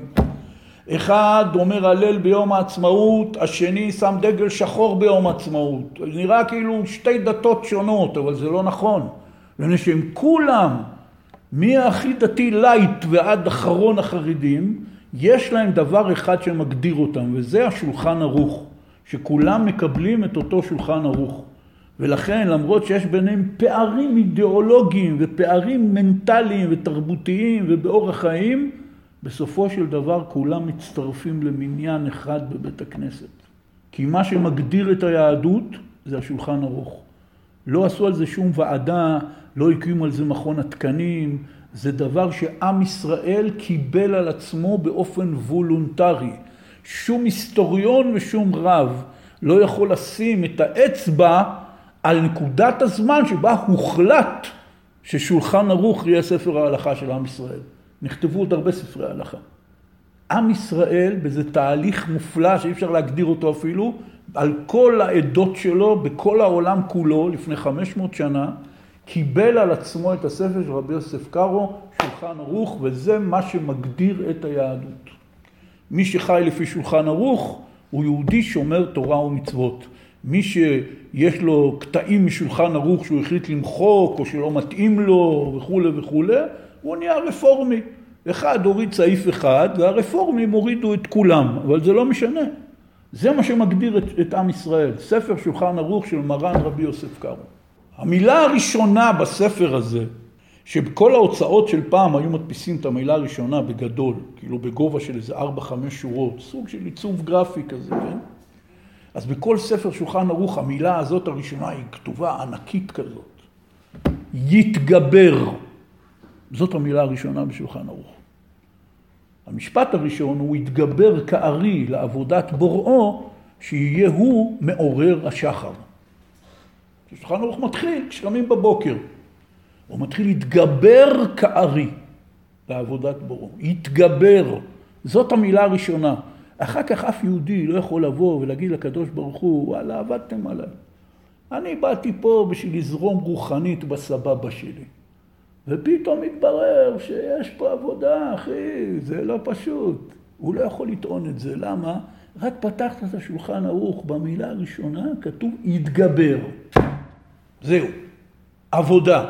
אחד אומר הלל ביום העצמאות, השני שם דגל שחור ביום העצמאות. נראה כאילו שתי דתות שונות, אבל זה לא נכון. למה שהם כולם, מהכי דתי לייט ועד אחרון החרדים, יש להם דבר אחד שמגדיר אותם, וזה השולחן ערוך, שכולם מקבלים את אותו שולחן ערוך. ולכן, למרות שיש ביניהם פערים אידיאולוגיים ופערים מנטליים ותרבותיים ובאורח חיים, בסופו של דבר כולם מצטרפים למניין אחד בבית הכנסת. כי מה שמגדיר את היהדות זה השולחן ערוך. לא עשו על זה שום ועדה, לא הקימו על זה מכון התקנים, זה דבר שעם ישראל קיבל על עצמו באופן וולונטרי. שום היסטוריון ושום רב לא יכול לשים את האצבע על נקודת הזמן שבה הוחלט ששולחן ערוך יהיה ספר ההלכה של עם ישראל. נכתבו עוד הרבה ספרי ההלכה. עם ישראל, בזה תהליך מופלא שאי אפשר להגדיר אותו אפילו, על כל העדות שלו, בכל העולם כולו, לפני 500 שנה, קיבל על עצמו את הספר של רבי יוסף קארו, שולחן ערוך, וזה מה שמגדיר את היהדות. מי שחי לפי שולחן ערוך, הוא יהודי שומר תורה ומצוות. מי שיש לו קטעים משולחן ערוך שהוא החליט למחוק, או שלא מתאים לו, וכו' וכו', הוא נהיה רפורמי. אחד הוריד סעיף אחד, והרפורמים הורידו את כולם, אבל זה לא משנה. זה מה שמגדיר את עם ישראל. ספר שולחן ערוך של מרן רבי יוסף קארו. המילה הראשונה בספר הזה, שבכל ההוצאות של פעם היו מדפיסים את המילה הראשונה בגדול, כאילו בגובה של איזה 4-5 שורות, סוג של עיצוב גרפי כזה, כן? אז בכל ספר שולחן ערוך המילה הזאת הראשונה היא כתובה ענקית כזאת. יתגבר. זאת המילה הראשונה בשולחן ערוך. המשפט הראשון הוא יתגבר כארי לעבודת בוראו, שיהיה הוא מעורר השחר. שולחן ערוך מתחיל כשקמים בבוקר. הוא מתחיל להתגבר כארי לעבודת בוראו. יתגבר. זאת המילה הראשונה. אחר כך אף יהודי לא יכול לבוא ולהגיד לקדוש ברוך הוא, וואלה, עבדתם עליי. אני באתי פה בשביל לזרום רוחנית בסבבה שלי. ופתאום מתברר שיש פה עבודה, אחי, זה לא פשוט. הוא לא יכול לטעון את זה. למה? רק פתחת את השולחן ערוך, במילה הראשונה כתוב יתגבר. זהו, עבודה.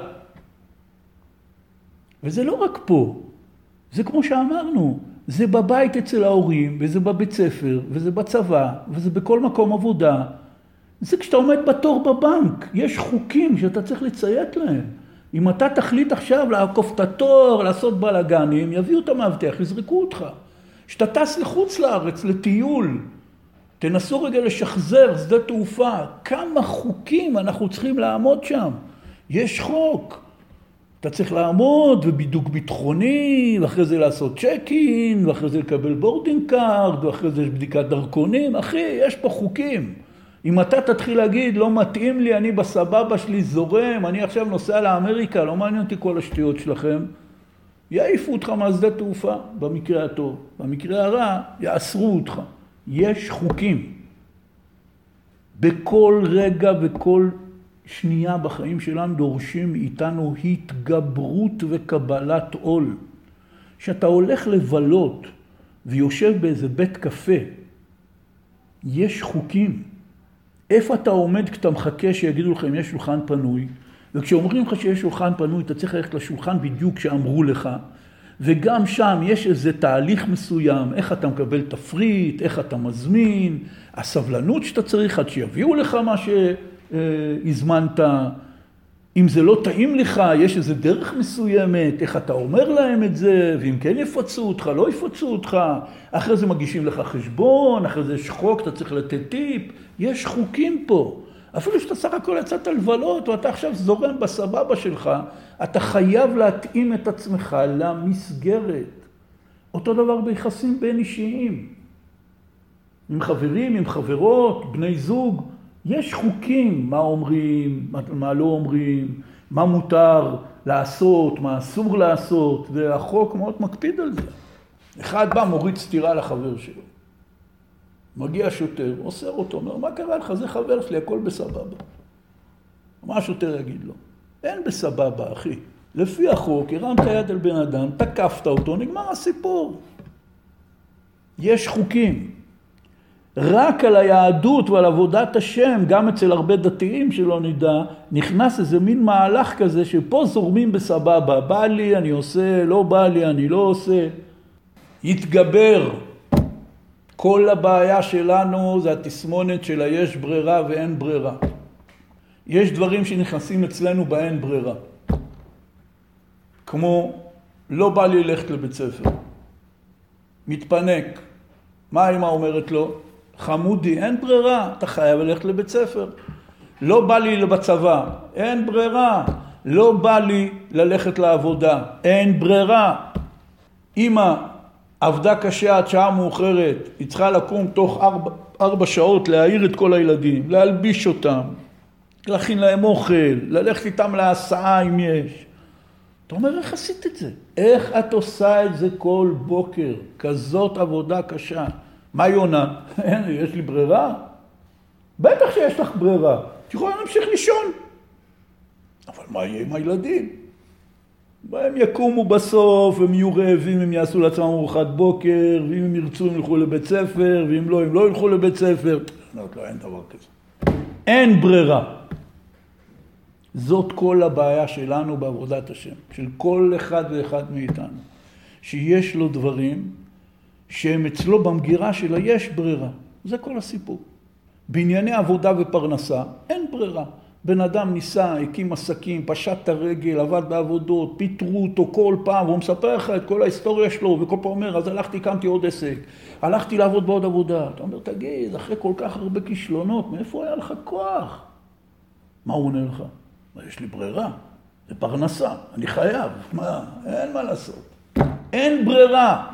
וזה לא רק פה, זה כמו שאמרנו, זה בבית אצל ההורים, וזה בבית ספר, וזה בצבא, וזה בכל מקום עבודה. זה כשאתה עומד בתור בבנק, יש חוקים שאתה צריך לציית להם. אם אתה תחליט עכשיו לעקוף את התור, לעשות בלגנים, יביאו את המאבטח, יזרקו אותך. שאתה טס לחוץ לארץ, לטיול, תנסו רגע לשחזר שדה תעופה, כמה חוקים אנחנו צריכים לעמוד שם. יש חוק. אתה צריך לעמוד ובידוק ביטחוני, ואחרי זה לעשות צ'ק-אין, ואחרי זה לקבל בורדינג קארד, ואחרי זה יש בדיקת דרכונים. אחי, יש פה חוקים. אם אתה תתחיל להגיד, לא מתאים לי, אני בסבבה שלי זורם, אני עכשיו נוסע לאמריקה, לא מעניין אותי כל השטויות שלכם, יעיפו אותך מהשדה תעופה, במקרה הטוב. במקרה הרע, יאסרו אותך. יש חוקים. בכל רגע וכל שנייה בחיים שלנו דורשים איתנו התגברות וקבלת עול. שאתה הולך לבלות ויושב באיזה בית קפה, יש חוקים. איפה אתה עומד כשאתה מחכה שיגידו לך אם יש שולחן פנוי, וכשאומרים לך שיש שולחן פנוי, אתה צריך ללכת לשולחן בדיוק שאמרו לך, וגם שם יש איזה תהליך מסוים, איך אתה מקבל תפריט, איך אתה מזמין, הסבלנות שאתה צריך עד שיביאו לך מה שהזמנת, אם זה לא טעים לך, יש איזה דרך מסוימת, איך אתה אומר להם את זה, ואם כן יפצו אותך, לא יפצו אותך, אחרי זה מגישים לך חשבון, אחרי זה יש חוק, אתה צריך לתת טיפ, יש חוקים פה. אפילו שאתה סך הכל יצאת לבלות, ואתה עכשיו זורם בסבבה שלך, אתה חייב להתאים את עצמך למסגרת. אותו דבר ביחסים בין אישיים. עם חברים, עם חברות, בני זוג, יש חוקים, מה אומרים, מה לא אומרים, מה מותר לעשות, מה אסור לעשות, והחוק מאוד מקפיד על זה. אחד בא מוריד סתירה לחבר שלו. מגיע שוטר, אוסר אותו, אומר, מה קרה לך? זה חבר שלי, הכל בסבבה. מה השוטר יגיד לו? אין בסבבה, אחי. לפי החוק, הרמת יד על בן אדם, תקפת אותו, נגמר הסיפור. יש חוקים. רק על היהדות ועל עבודת השם, גם אצל הרבה דתיים שלא נדע, נכנס איזה מין מהלך כזה שפה זורמים בסבבה. בא לי, אני עושה, לא בא לי, אני לא עושה. יתגבר. כל הבעיה שלנו זה התסמונת של היש ברירה ואין ברירה. יש דברים שנכנסים אצלנו באין ברירה. כמו לא בא לי ללכת לבית ספר. מתפנק. מה האמא אומרת לו? חמודי, אין ברירה, אתה חייב ללכת לבית ספר. לא בא לי בצבא, אין ברירה. לא בא לי ללכת לעבודה, אין ברירה. אמא עבדה קשה עד שעה מאוחרת, היא צריכה לקום תוך 4 שעות להעיר את כל הילדים, להלביש אותם, להכין להם אוכל, ללכת איתם להסעה אם יש. אתה אומר, איך עשית את זה? איך את עושה את זה כל בוקר? כזאת עבודה קשה. מה יונה? יש לי ברירה? בטח שיש לך ברירה. את יכולה להמשיך לישון. אבל מה יהיה עם הילדים? הם יקומו בסוף, הם יהיו רעבים, הם יעשו לעצמם ארוחת בוקר, ואם הם ירצו הם ילכו לבית ספר, ואם לא, הם לא ילכו לבית ספר. לא, אין דבר כזה. אין ברירה. זאת כל הבעיה שלנו בעבודת השם, של כל אחד ואחד מאיתנו. שיש לו דברים שהם אצלו במגירה שלה יש ברירה. זה כל הסיפור. בענייני עבודה ופרנסה אין ברירה. בן אדם ניסה, הקים עסקים, פשט את הרגל, עבד בעבודות, פיטרו אותו כל פעם, והוא מספר לך את כל ההיסטוריה שלו, וכל פעם אומר, אז הלכתי, קמתי עוד עסק, הלכתי לעבוד בעוד עבודה. אתה אומר, תגיד, אחרי כל כך הרבה כישלונות, מאיפה היה לך כוח? מה הוא עונה לך? יש לי ברירה, זה פרנסה, אני חייב, אין מה לעשות. אין ברירה.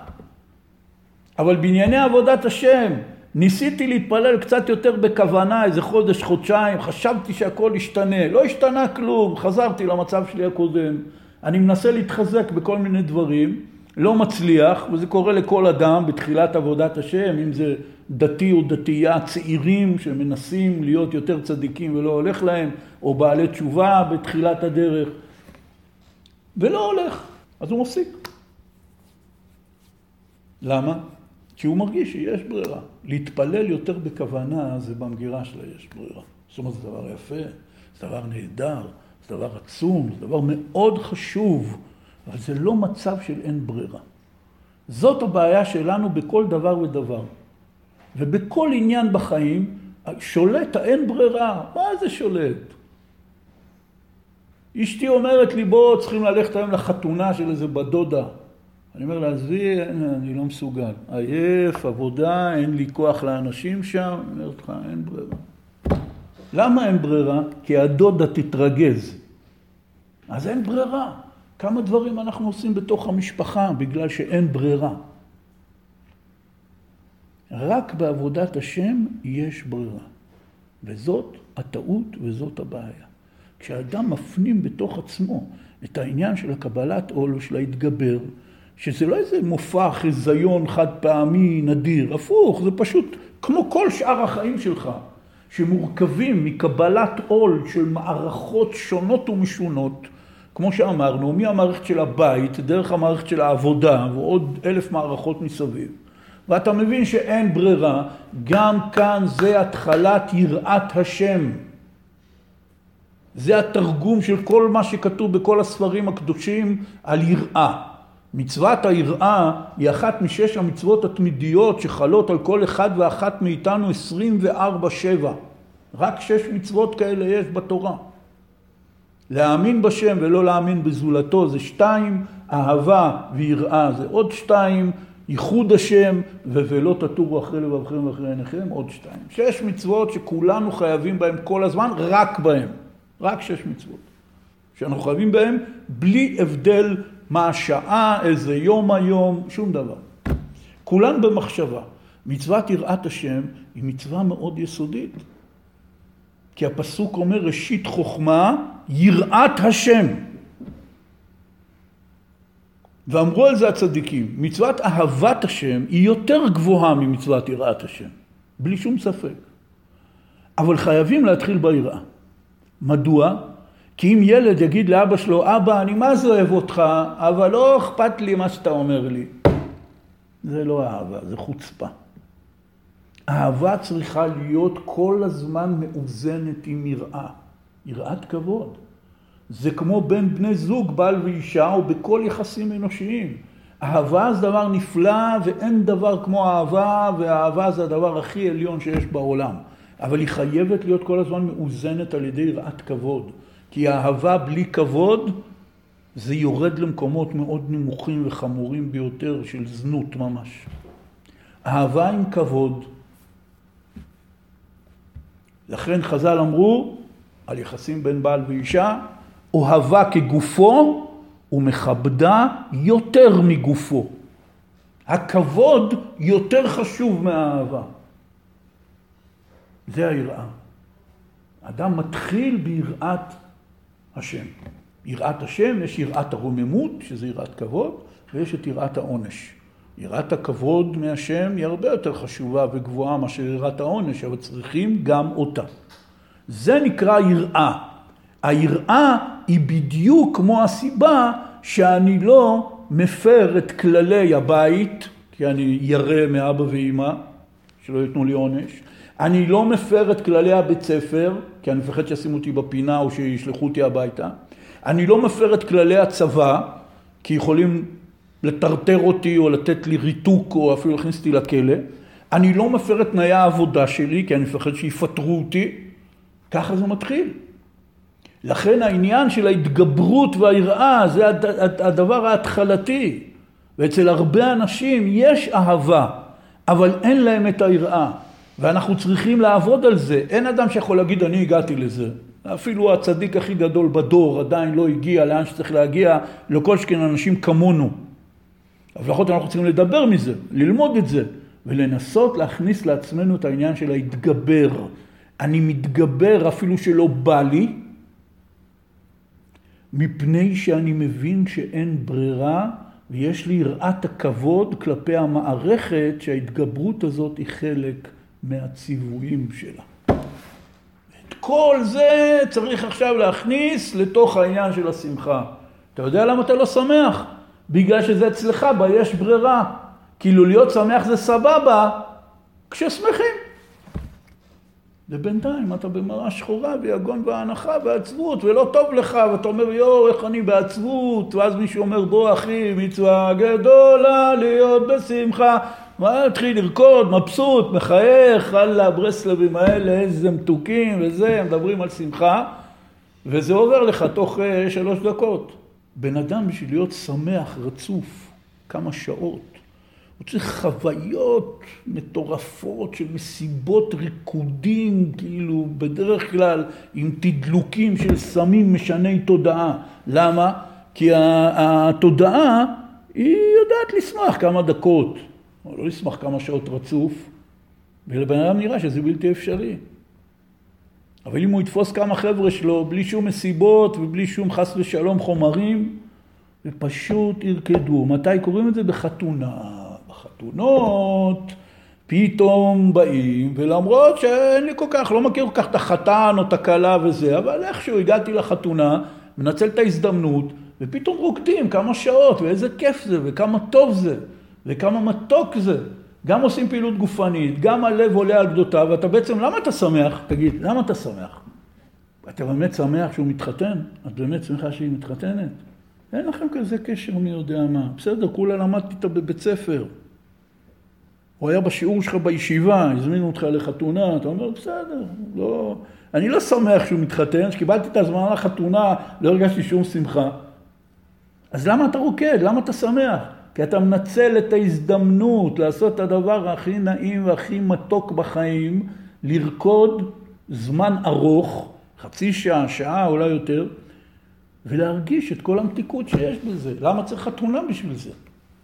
אבל בענייני עבודת השם, ניסיתי להתפלל קצת יותר בכוונה, איזה חודש, חודשיים, חשבתי שהכל ישתנה, לא השתנה כלום, חזרתי למצב שלי הקודם. אני מנסה להתחזק בכל מיני דברים, לא מצליח, וזה קורה לכל אדם בתחילת עבודת השם, אם זה דתי או דתייה, צעירים שמנסים להיות יותר צדיקים ולא הולך להם, או בעלי תשובה בתחילת הדרך, ולא הולך, אז הוא מפסיק. למה? כי הוא מרגיש שיש ברירה. להתפלל יותר בכוונה זה במגירה שלה יש ברירה. זאת אומרת, זה דבר יפה, זה דבר נהדר, זה דבר עצום, זה דבר מאוד חשוב, אבל זה לא מצב של אין ברירה. זאת הבעיה שלנו בכל דבר ודבר. ובכל עניין בחיים שולט האין ברירה. מה זה שולט? אשתי אומרת לי, בוא צריכים ללכת היום לחתונה של איזה בדודה. אני אומר לה, עזבי, אני לא מסוגל. עייף, עבודה, אין לי כוח לאנשים שם. אני אומרת לך, אין ברירה. למה אין ברירה? כי הדודה תתרגז. אז אין ברירה. כמה דברים אנחנו עושים בתוך המשפחה בגלל שאין ברירה. רק בעבודת השם יש ברירה. וזאת הטעות וזאת הבעיה. כשאדם מפנים בתוך עצמו את העניין של הקבלת עול ושל ההתגבר, שזה לא איזה מופע חיזיון חד פעמי נדיר, הפוך, זה פשוט כמו כל שאר החיים שלך, שמורכבים מקבלת עול של מערכות שונות ומשונות, כמו שאמרנו, מהמערכת של הבית, דרך המערכת של העבודה, ועוד 1000 מערכות מסביב. ואתה מבין שאין ברירה, גם כאן זה התחלת יראת השם. זה התרגום של כל מה שכתוב בכל הספרים הקדושים על יראה. מצוות היראה היא אחת משש המצוות התמידיות שחלות על כל אחד ואחת מאיתנו 24/7. רק 6 מצוות כאלה יש בתורה. להאמין בשם ולא להאמין בזולתו זה 2, אהבה ויראה זה עוד 2, ייחוד השם ולא תטורו אחרי לבבכם ואחרי עיניכם עוד 2. 6 מצוות שכולנו חייבים בהם כל הזמן, רק בהם. רק 6 מצוות. שאנחנו חייבים בהם בלי הבדל מה השעה, איזה יום היום, שום דבר. כולן במחשבה. מצוות יראת השם היא מצווה מאוד יסודית. כי הפסוק אומר ראשית חוכמה, יראת השם. ואמרו על זה הצדיקים, מצוות אהבת השם היא יותר גבוהה ממצוות יראת השם. בלי שום ספק. אבל חייבים להתחיל ביראה. מדוע? כי אם ילד יגיד לאבא שלו, אבא, אני מה זה אוהב אותך, אבל לא אכפת לי מה שאתה אומר לי. זה לא אהבה, זה חוצפה. אהבה צריכה להיות כל הזמן מאוזנת עם יראה. יראת כבוד. זה כמו בין בני זוג, בעל ואישה, או בכל יחסים אנושיים. אהבה זה דבר נפלא, ואין דבר כמו אהבה, והאהבה זה הדבר הכי עליון שיש בעולם. אבל היא חייבת להיות כל הזמן מאוזנת על ידי יראת כבוד. כי האהבה בלי כבוד, זה יורד למקומות מאוד נמוכים וחמורים ביותר של זנות ממש. אהבה עם כבוד. לכן חז"ל אמרו, על יחסים בין בעל ואישה, אוהבה כגופו ומכבדה יותר מגופו. הכבוד יותר חשוב מהאהבה. זה היראה. אדם מתחיל ביראת השם. יראת השם, יש יראת הרוממות, שזה יראת כבוד, ויש את יראת העונש. יראת הכבוד מהשם היא הרבה יותר חשובה וגבוהה מאשר יראת העונש, אבל צריכים גם אותה. זה נקרא יראה. היראה היא בדיוק כמו הסיבה שאני לא מפר את כללי הבית, כי אני ירא מאבא ואמא, שלא ייתנו לי עונש. אני לא מפר את כללי הבית ספר, כי אני מפחד שישימו אותי בפינה או שישלחו אותי הביתה. אני לא מפר את כללי הצבא, כי יכולים לטרטר אותי או לתת לי ריתוק או אפילו להכניס אותי לכלא. אני לא מפר את תנאי העבודה שלי, כי אני מפחד שיפטרו אותי. ככה זה מתחיל. לכן העניין של ההתגברות והיראה זה הדבר ההתחלתי. ואצל הרבה אנשים יש אהבה, אבל אין להם את היראה. ואנחנו צריכים לעבוד על זה. אין אדם שיכול להגיד, אני הגעתי לזה. אפילו הצדיק הכי גדול בדור עדיין לא הגיע לאן שצריך להגיע, לכל שכן אנשים כמונו. אבל לפחות אנחנו צריכים לדבר מזה, ללמוד את זה, ולנסות להכניס לעצמנו את העניין של ההתגבר. אני מתגבר אפילו שלא בא לי, מפני שאני מבין שאין ברירה, ויש לי יראת הכבוד כלפי המערכת, שההתגברות הזאת היא חלק מהציוויים שלה. את כל זה צריך עכשיו להכניס לתוך העניין של השמחה. אתה יודע למה אתה לא שמח? בגלל שזה אצלך בה יש ברירה. כאילו להיות שמח זה סבבה, כששמחים. ובינתיים אתה במראה שחורה ויגון והנחה ועצבות, ולא טוב לך, ואתה אומר, איך אני בעצבות, ואז מישהו אומר, בוא אחי, מצווה גדולה להיות בשמחה, מתחיל לרקוד, מבסוט, מחייך, אללה, הברסלבים האלה, איזה מתוקים וזה, מדברים על שמחה, וזה עובר לך תוך 3 דקות. בן אדם בשביל להיות שמח, רצוף, כמה שעות, הוא צריך חוויות מטורפות של מסיבות ריקודים, כאילו בדרך כלל עם תדלוקים של סמים משני תודעה. למה? כי התודעה היא יודעת לשמח כמה דקות, או לא לשמח כמה שעות רצוף, ולבן אדם נראה שזה בלתי אפשרי. אבל אם הוא יתפוס כמה חבר'ה שלו, בלי שום מסיבות ובלי שום חס ושלום חומרים, ופשוט ירקדו. מתי קוראים את זה? בחתונה. בחתונות פתאום באים, ולמרות שאין לי כל כך, לא מכיר כל כך את החתן או את הכלה וזה, אבל איכשהו הגעתי לחתונה, מנצל את ההזדמנות, ופתאום רוקדים כמה שעות, ואיזה כיף זה, וכמה טוב זה, וכמה מתוק זה. גם עושים פעילות גופנית, גם הלב עולה על גדותיו, ואתה בעצם, למה אתה שמח? תגיד, למה אתה שמח? אתה באמת שמח שהוא מתחתן? את באמת שמחה שהיא מתחתנת? אין לכם כזה קשר מי יודע מה. בסדר, כולה למדתי איתה בבית ספר. הוא היה בשיעור שלך בישיבה, הזמינו אותך לחתונה, אתה אומר, בסדר, לא... אני לא שמח שהוא מתחתן, שקיבלתי את הזמן לחתונה, לא הרגשתי שום שמחה. אז למה אתה רוקד? למה אתה שמח? כי אתה מנצל את ההזדמנות לעשות את הדבר הכי נעים והכי מתוק בחיים, לרקוד זמן ארוך, חצי שעה, שעה, אולי יותר, ולהרגיש את כל המתיקות שיש בזה. למה צריך חתונה בשביל זה?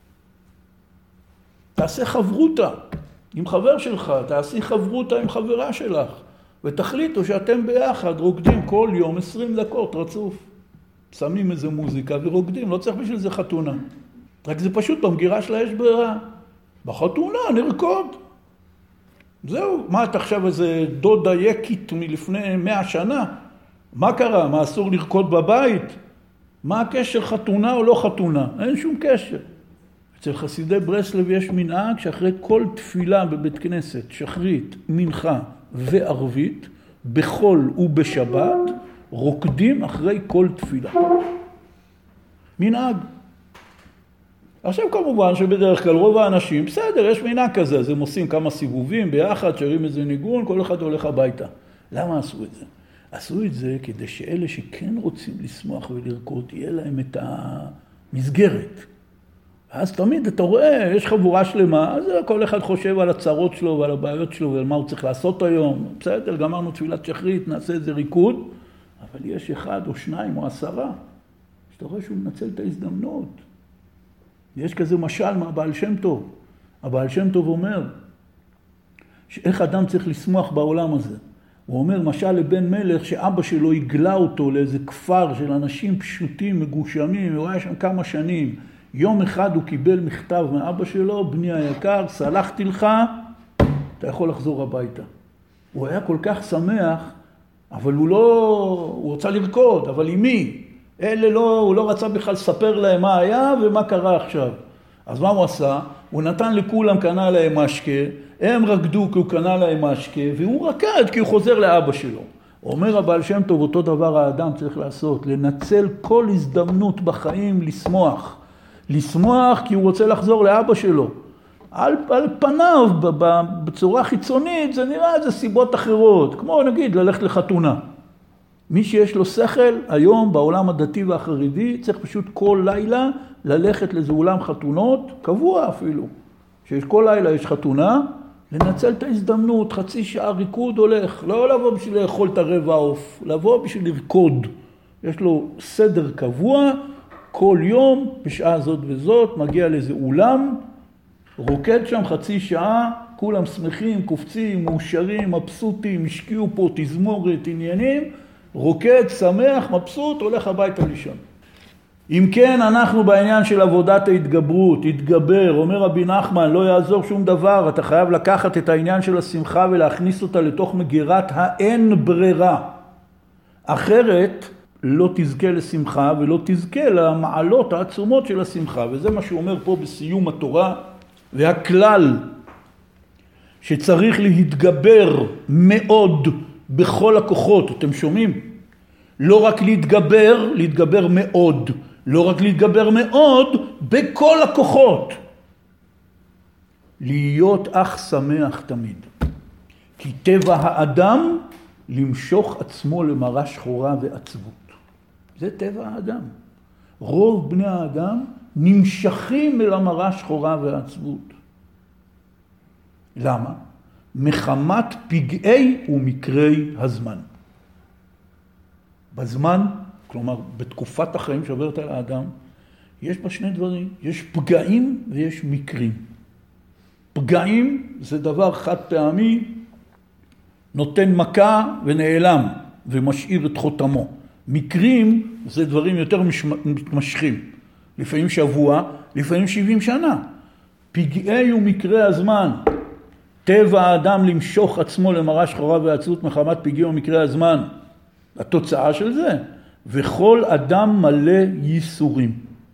תעשה חברותה עם חבר שלך, תעשי חברותה עם חברה שלך, ותחליטו שאתם ביחד רוקדים כל יום 20 דקות רצוף. שמים איזה מוזיקה ורוקדים, לא צריך בשביל זה חתונה. רק זה פשוט במגירה שלה יש ברירה. בחתונה נרקוד. זהו, מה אתה עכשיו איזה דודה יקית מלפני 100 שנה? מה קרה? מה אסור לרקוד בבית? מה הקשר חתונה או לא חתונה? אין שום קשר. אצל חסידי ברסלב יש מנהג שאחרי כל תפילה בבית כנסת, שחרית, מנחה וערבית, בחול ובשבת, רוקדים אחרי כל תפילה. מנהג. עכשיו כמובן שבדרך כלל רוב האנשים, בסדר, יש מנהג כזה, אז הם עושים כמה סיבובים ביחד, שרים איזה ניגון, כל אחד הולך הביתה. למה עשו את זה? עשו את זה כדי שאלה שכן רוצים לשמוח ולרקוד, יהיה להם את המסגרת. אז תמיד אתה רואה, יש חבורה שלמה, אז כל אחד חושב על הצרות שלו ועל הבעיות שלו ועל מה הוא צריך לעשות היום. בסדר, גמרנו תפילת שחרית, נעשה איזה ריקוד, אבל יש אחד או שניים או 10, שאתה רואה שהוא מנצל את ההזדמנות. יש כזה משל מהבעל שם טוב. הבעל שם טוב אומר, שאיך אדם צריך לשמוח בעולם הזה. הוא אומר, משל לבן מלך שאבא שלו הגלה אותו לאיזה כפר של אנשים פשוטים, מגושמים, הוא היה שם כמה שנים. יום אחד הוא קיבל מכתב מאבא שלו, בני היקר, סלחתי לך, אתה יכול לחזור הביתה. הוא היה כל כך שמח, אבל הוא רצה לרקוד, אבל עם מי? הוא לא רצה בכלל לספר להם מה היה ומה קרה עכשיו. אז מה הוא עשה? הוא נתן לכולם, קנה להם משקה, הם רקדו כי הוא קנה להם משקה, והוא רקד כי הוא חוזר לאבא שלו. אומר הבעל שם טוב, אותו דבר האדם צריך לעשות, לנצל כל הזדמנות בחיים לשמוח. לשמוח כי הוא רוצה לחזור לאבא שלו. על פניו, בצורה חיצונית, זה נראה איזה סיבות אחרות, כמו נגיד ללכת לחתונה. מי שיש לו שכל, היום בעולם הדתי והחרדי, צריך פשוט כל לילה ללכת לאיזה אולם חתונות, קבוע אפילו. שיש כל לילה יש חתונה, לנצל את ההזדמנות, חצי שעה ריקוד הולך, לא לבוא בשביל לאכול את הרבע עוף, לבוא בשביל לרקוד. יש לו סדר קבוע, כל יום, בשעה הזאת וזאת, מגיע לאיזה אולם, רוקד שם חצי שעה, כולם שמחים, קופצים, מאושרים, מבסוטים, השקיעו פה תזמורת, עניינים, רוקד, שמח, מבסוט, הולך הביתה לישון. אם כן, אנחנו בעניין של עבודת ההתגברות, התגבר, אומר רבי נחמן, לא יעזור שום דבר, אתה חייב לקחת את העניין של השמחה ולהכניס אותה לתוך מגירת האין ברירה. אחרת לא תזכה לשמחה ולא תזכה למעלות העצומות של השמחה, וזה מה שהוא אומר פה בסיום התורה, והכלל שצריך להתגבר מאוד בכל הכוחות, אתם שומעים? לא רק להתגבר מאוד, לא רק להתגבר מאוד, בכל הכוחות. להיות אך שמח תמיד. כי טבע האדם למשוך עצמו למראה שחורה ועצבות. זה טבע האדם. רוב בני האדם נמשכים אל המראה שחורה ועצבות. למה? מחמת פגעי ומקרי הזמן. בזמן כלומר בתקופת החיים שעוברת על האדם, יש בה שני דברים, יש פגעים ויש מקרים. פגעים זה דבר חד פעמי, נותן מכה ונעלם ומשאיר את חותמו. מקרים זה דברים יותר מתמשכים, לפעמים שבוע, לפעמים 70 שנה. פגעי ומקרי הזמן, טבע האדם למשוך עצמו למראה שחורה ועצבות מחמת פגעי ומקרי הזמן, התוצאה של זה, וכל אדם מלא ייסורים.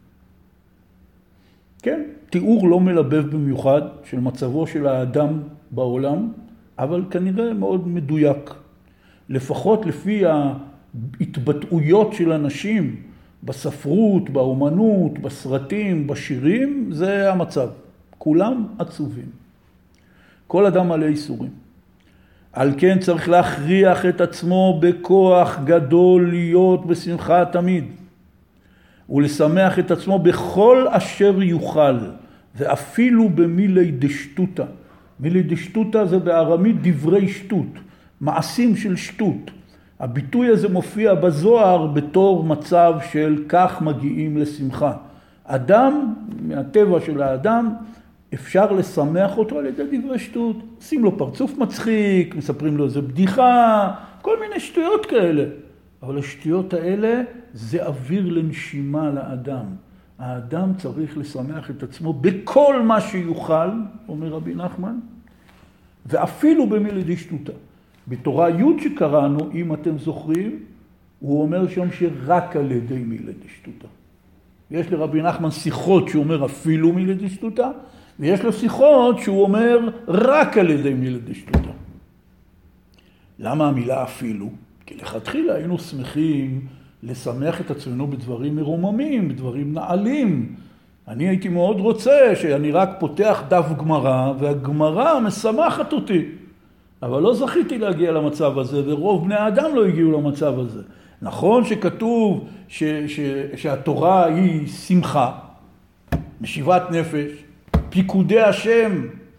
כן, תיאור לא מלבב במיוחד של מצבו של האדם בעולם, אבל כנראה מאוד מדויק. לפחות לפי ההתבטאויות של אנשים בספרות, באומנות, בסרטים, בשירים, זה המצב. כולם עצובים. כל אדם מלא ייסורים. על כן צריך להכריח את עצמו בכוח גדול להיות בשמחה תמיד. ולשמח את עצמו בכל אשר יוכל, ואפילו במילי דשטותה. מילי דשטותה זה בארמית דברי שטות, מעשים של שטות. הביטוי הזה מופיע בזוהר בתור מצב של כך מגיעים לשמחה. אדם, מהטבע של האדם, אפשר לשמח אותו על ידי דברי שטות. עושים לו פרצוף מצחיק, מספרים לו איזה בדיחה, כל מיני שטויות כאלה. אבל השטויות האלה זה אוויר לנשימה לאדם. האדם צריך לשמח את עצמו בכל מה שיוכל, אומר רבי נחמן, ואפילו במילי דשטותה. בתורה י' שקראנו, אם אתם זוכרים, הוא אומר שם שרק על ידי מילי דשטותה. יש לרבי נחמן שיחות שהוא אומר אפילו מילי דשטותה, ויש לו שיחות שהוא אומר רק על ידי מילי דשטותה. למה המילה אפילו? כי לכתחילה היינו שמחים לשמח את עצמנו בדברים מרוממים, בדברים נעלים. אני הייתי מאוד רוצה שאני רק פותח דף גמרא, והגמרא משמחת אותי. אבל לא זכיתי להגיע למצב הזה, ורוב בני האדם לא הגיעו למצב הזה. נכון שכתוב שהתורה היא שמחה, משיבת נפש, פיקודי השם,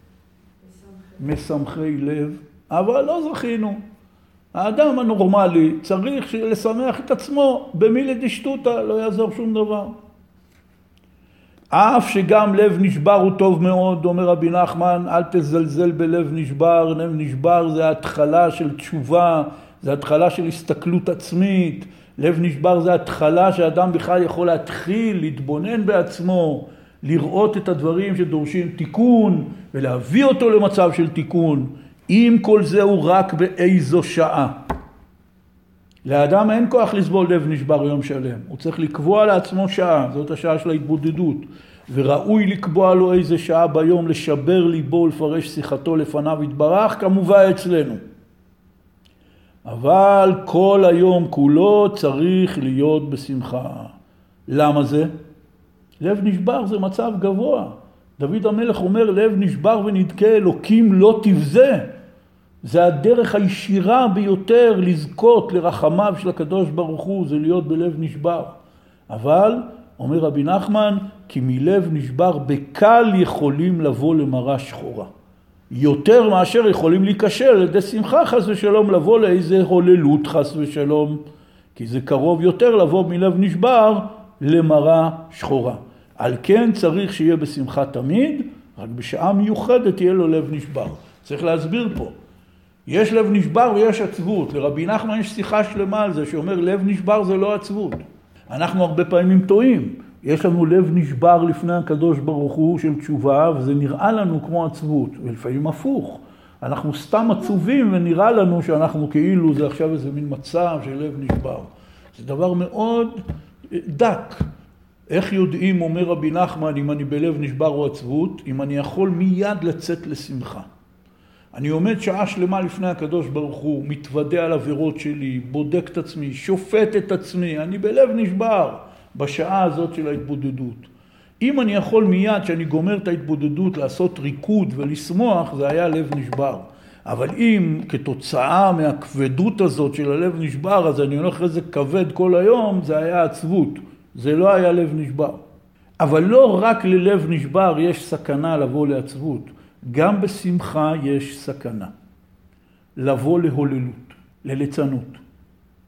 משמחי לב, אבל לא זכינו. האדם הנורמלי צריך לשמח את עצמו במילי דשטותה, לא יעזור שום דבר. אף שגם לב נשבר הוא טוב מאוד, אומר רבי נחמן, אל תזלזל בלב נשבר. לב נשבר זה התחלה של תשובה, זה התחלה של הסתכלות עצמית. לב נשבר זה התחלה שאדם בכלל יכול להתחיל, להתבונן בעצמו, לראות את הדברים שדורשים תיקון, ולהביא אותו למצב של תיקון. אם כל זה הוא רק באיזו שעה. לאדם אין כוח לסבול לב נשבר יום שלם. הוא צריך לקבוע לעצמו שעה, זאת השעה של ההתבודדות. וראוי לקבוע לו איזה שעה ביום לשבר ליבו ולפרש שיחתו לפניו יתברך, כמובן אצלנו. אבל כל היום כולו צריך להיות בשמחה. למה זה? לב נשבר זה מצב גבוה. דוד המלך אומר, לב נשבר ונדכה אלוקים לא תבזה. זה הדרך הישירה ביותר לזכות לרחמיו של הקדוש ברוך הוא, זה להיות בלב נשבר. אבל, אומר רבי נחמן, כי מלב נשבר בקל יכולים לבוא למראה שחורה. יותר מאשר יכולים להיקשר על ידי שמחה חס ושלום, לבוא לאיזה הוללות חס ושלום, כי זה קרוב יותר לבוא מלב נשבר למראה שחורה. על כן צריך שיהיה בשמחה תמיד, רק בשעה מיוחדת יהיה לו לב נשבר. צריך להסביר פה. יש לב נשבר ויש עצבות. לרבי נחמן יש שיחה שלמה על זה שאומר לב נשבר זה לא עצבות. אנחנו הרבה פעמים טועים. יש לנו לב נשבר לפני הקדוש ברוך הוא של תשובה, וזה נראה לנו כמו עצבות, ולפעמים הפוך. אנחנו סתם עצובים ונראה לנו שאנחנו כאילו זה עכשיו איזה מין מצב של לב נשבר. זה דבר מאוד דק. איך יודעים, אומר רבי נחמן, אם אני בלב נשבר או עצבות, אם אני יכול מיד לצאת לשמחה. אני עומד שעה שלמה לפני הקדוש ברוך הוא, מתוודע על עבירות שלי, בודק את עצמי, שופט את עצמי, אני בלב נשבר בשעה הזאת של ההתבודדות. אם אני יכול מיד שאני גומר את ההתבודדות לעשות ריקוד ולשמוח, זה היה לב נשבר. אבל אם כתוצאה מהכבדות הזאת של הלב נשבר, אז אני הולך איזה כבד כל היום, זה היה עצבות. זה לא היה לב נשבר. אבל לא רק ללב נשבר יש סכנה לבוא לעצבות. גם בשמחה יש סכנה. לבוא להוללות, לליצנות.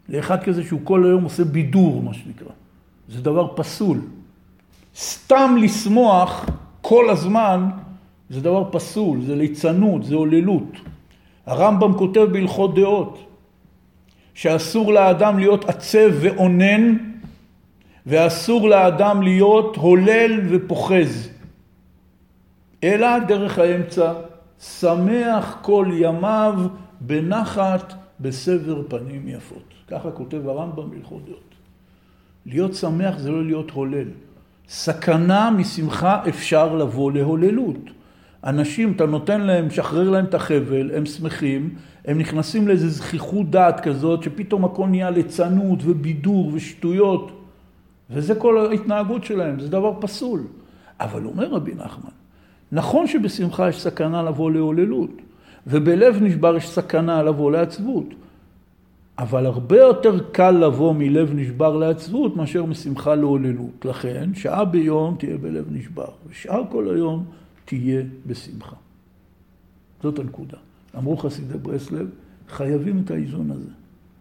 לאחד כזה שהוא כל היום עושה בידור, מה שנקרא. זה דבר פסול. סתם לשמוח כל הזמן, זה דבר פסול, זה ליצנות, זה עוללות. הרמב"ם כותב בהלכות דעות, שאסור לאדם להיות עצב ועונן, ואסור לאדם להיות הולל ופוחז. אלא דרך האמצע, שמח כל ימיו בנחת בסבר פנים יפות. ככה כותב הרמב"ם בהלכות דעות. להיות שמח זה לא להיות הולל. סכנה משמחה אפשר לבוא להוללות. אנשים, אתה נותן להם, שחרר להם את החבל, הם שמחים, הם נכנסים לאיזו זכיחות דעת כזאת, שפתאום הכל נהיה ליצנות ובידור ושטויות, וזה כל ההתנהגות שלהם, זה דבר פסול. אבל אומר רבי נחמן, נכון שבשמחה יש סכנה לבוא להוללות, ובלב נשבר יש סכנה לבוא לעצבות, אבל הרבה יותר קל לבוא מלב נשבר לעצבות מאשר משמחה להוללות. לכן, שעה ביום תהיה בלב נשבר, ושאר כל היום תהיה בשמחה. זאת הנקודה. אמרו חסידי ברסלב, חייבים את האיזון הזה.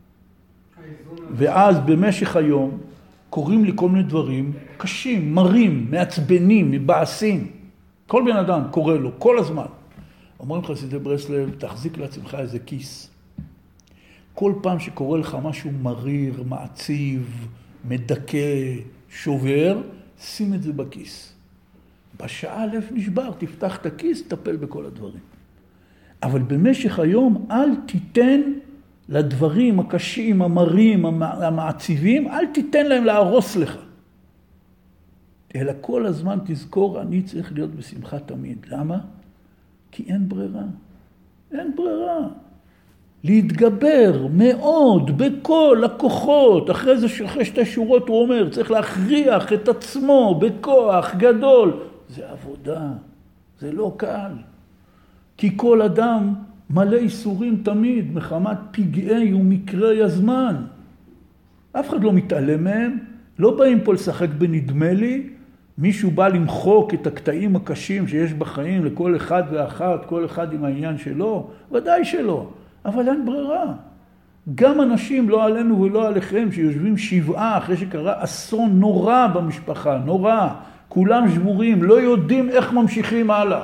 ואז במשך היום קוראים לי כל מיני דברים קשים, מרים, מעצבנים, מבעסים. כל בן אדם קורא לו, כל הזמן. אומרים חסידי ברסלב, תחזיק לעצמך איזה כיס. כל פעם שקורא לך משהו מריר, מעציב, מדכא, שובר, שים את זה בכיס. בשעה לב נשבר, תפתח את הכיס, תטפל בכל הדברים. אבל במשך היום אל תיתן לדברים הקשים, המרים, המעציבים, אל תיתן להם להרוס לך. אלא כל הזמן תזכור, אני צריך להיות בשמחה תמיד. למה? כי אין ברירה. אין ברירה. להתגבר מאוד בכל הכוחות. אחרי שתי שורות הוא אומר, צריך להכריח את עצמו בכוח גדול. זה עבודה, זה לא קל. כי כל אדם מלא איסורים תמיד, מחמת פגעי ומקרי הזמן. אף אחד לא מתעלם מהם, לא באים פה לשחק בנדמה לי, מישהו בא למחוק את הקטעים הקשים שיש בחיים לכל אחד ואחת, כל אחד עם העניין שלו, ודאי שלא, אבל אין ברירה. גם אנשים, לא עלינו ולא עליכם, שיושבים שבעה אחרי שקרה אסון נורא במשפחה, נורא, כולם שבורים, לא יודעים איך ממשיכים הלאה.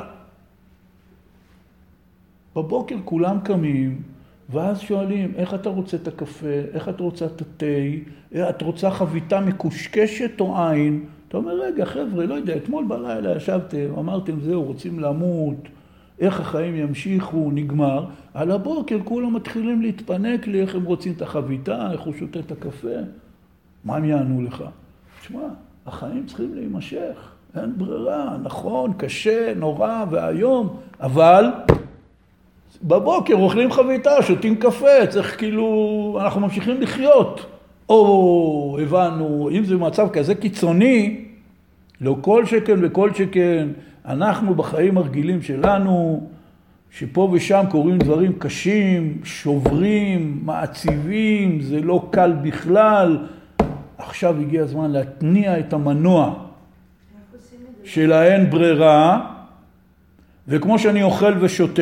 בבוקר כולם קמים, ואז שואלים, איך אתה רוצה את הקפה, איך אתה רוצה את התה, את רוצה חביתה מקושקשת או עין? אתה אומר, רגע, חבר'ה, לא יודע, אתמול בלילה ישבתם, אמרתם, זהו, רוצים למות, איך החיים ימשיכו, נגמר. על הבוקר כולם מתחילים להתפנק לי, איך הם רוצים את החביתה, איך הוא שותה את הקפה. מה הם יענו לך? תשמע, החיים צריכים להימשך, אין ברירה, נכון, קשה, נורא והיום, אבל בבוקר אוכלים חביתה, שותים קפה, צריך כאילו, אנחנו ממשיכים לחיות. או, הבנו, אם זה מצב כזה קיצוני, לא כל שכן וכל שכן, אנחנו בחיים הרגילים שלנו, שפה ושם קוראים דברים קשים, שוברים, מעציבים, זה לא קל בכלל. עכשיו הגיע הזמן להתניע את המנוע של האין ברירה, וכמו שאני אוכל ושותה,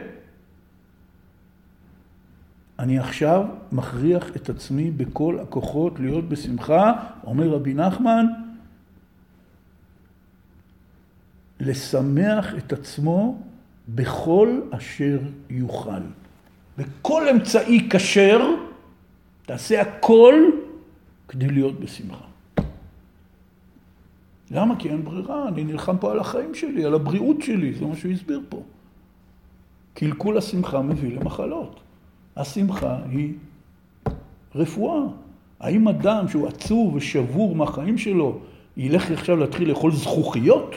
אני עכשיו מכריח את עצמי בכל הכוחות להיות בשמחה, אומר רבי נחמן, לשמח את עצמו בכל אשר יוכל. בכל אמצעי כשר, תעשה הכל כדי להיות בשמחה. למה? כי אין ברירה, אני נלחם פה על החיים שלי, על הבריאות שלי, זה מה שהוא הסביר פה. קלקול השמחה מביא למחלות. השמחה היא רפואה. האם אדם שהוא עצוב ושבור מהחיים שלו, ילך עכשיו להתחיל לאכול זכוכיות?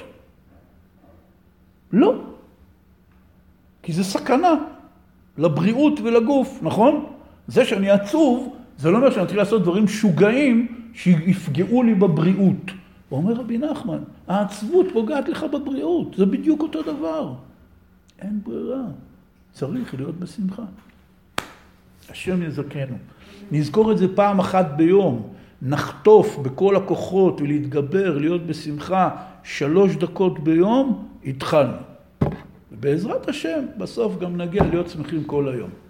לא. כי זה סכנה לבריאות ולגוף, נכון? זה שאני עצוב, זה לא אומר שאני אתחיל לעשות דברים שוגעים שיפגעו לי בבריאות. אומר רבי נחמן, העצבות פוגעת לך בבריאות, זה בדיוק אותו דבר. אין ברירה, צריך להיות בשמחה. השם יזכנו. נזכור את זה פעם אחת ביום, נחטוף בכל הכוחות ולהתגבר, להיות בשמחה 3 דקות ביום, התחלנו. ובעזרת השם, בסוף גם נגיע להיות שמחים כל היום.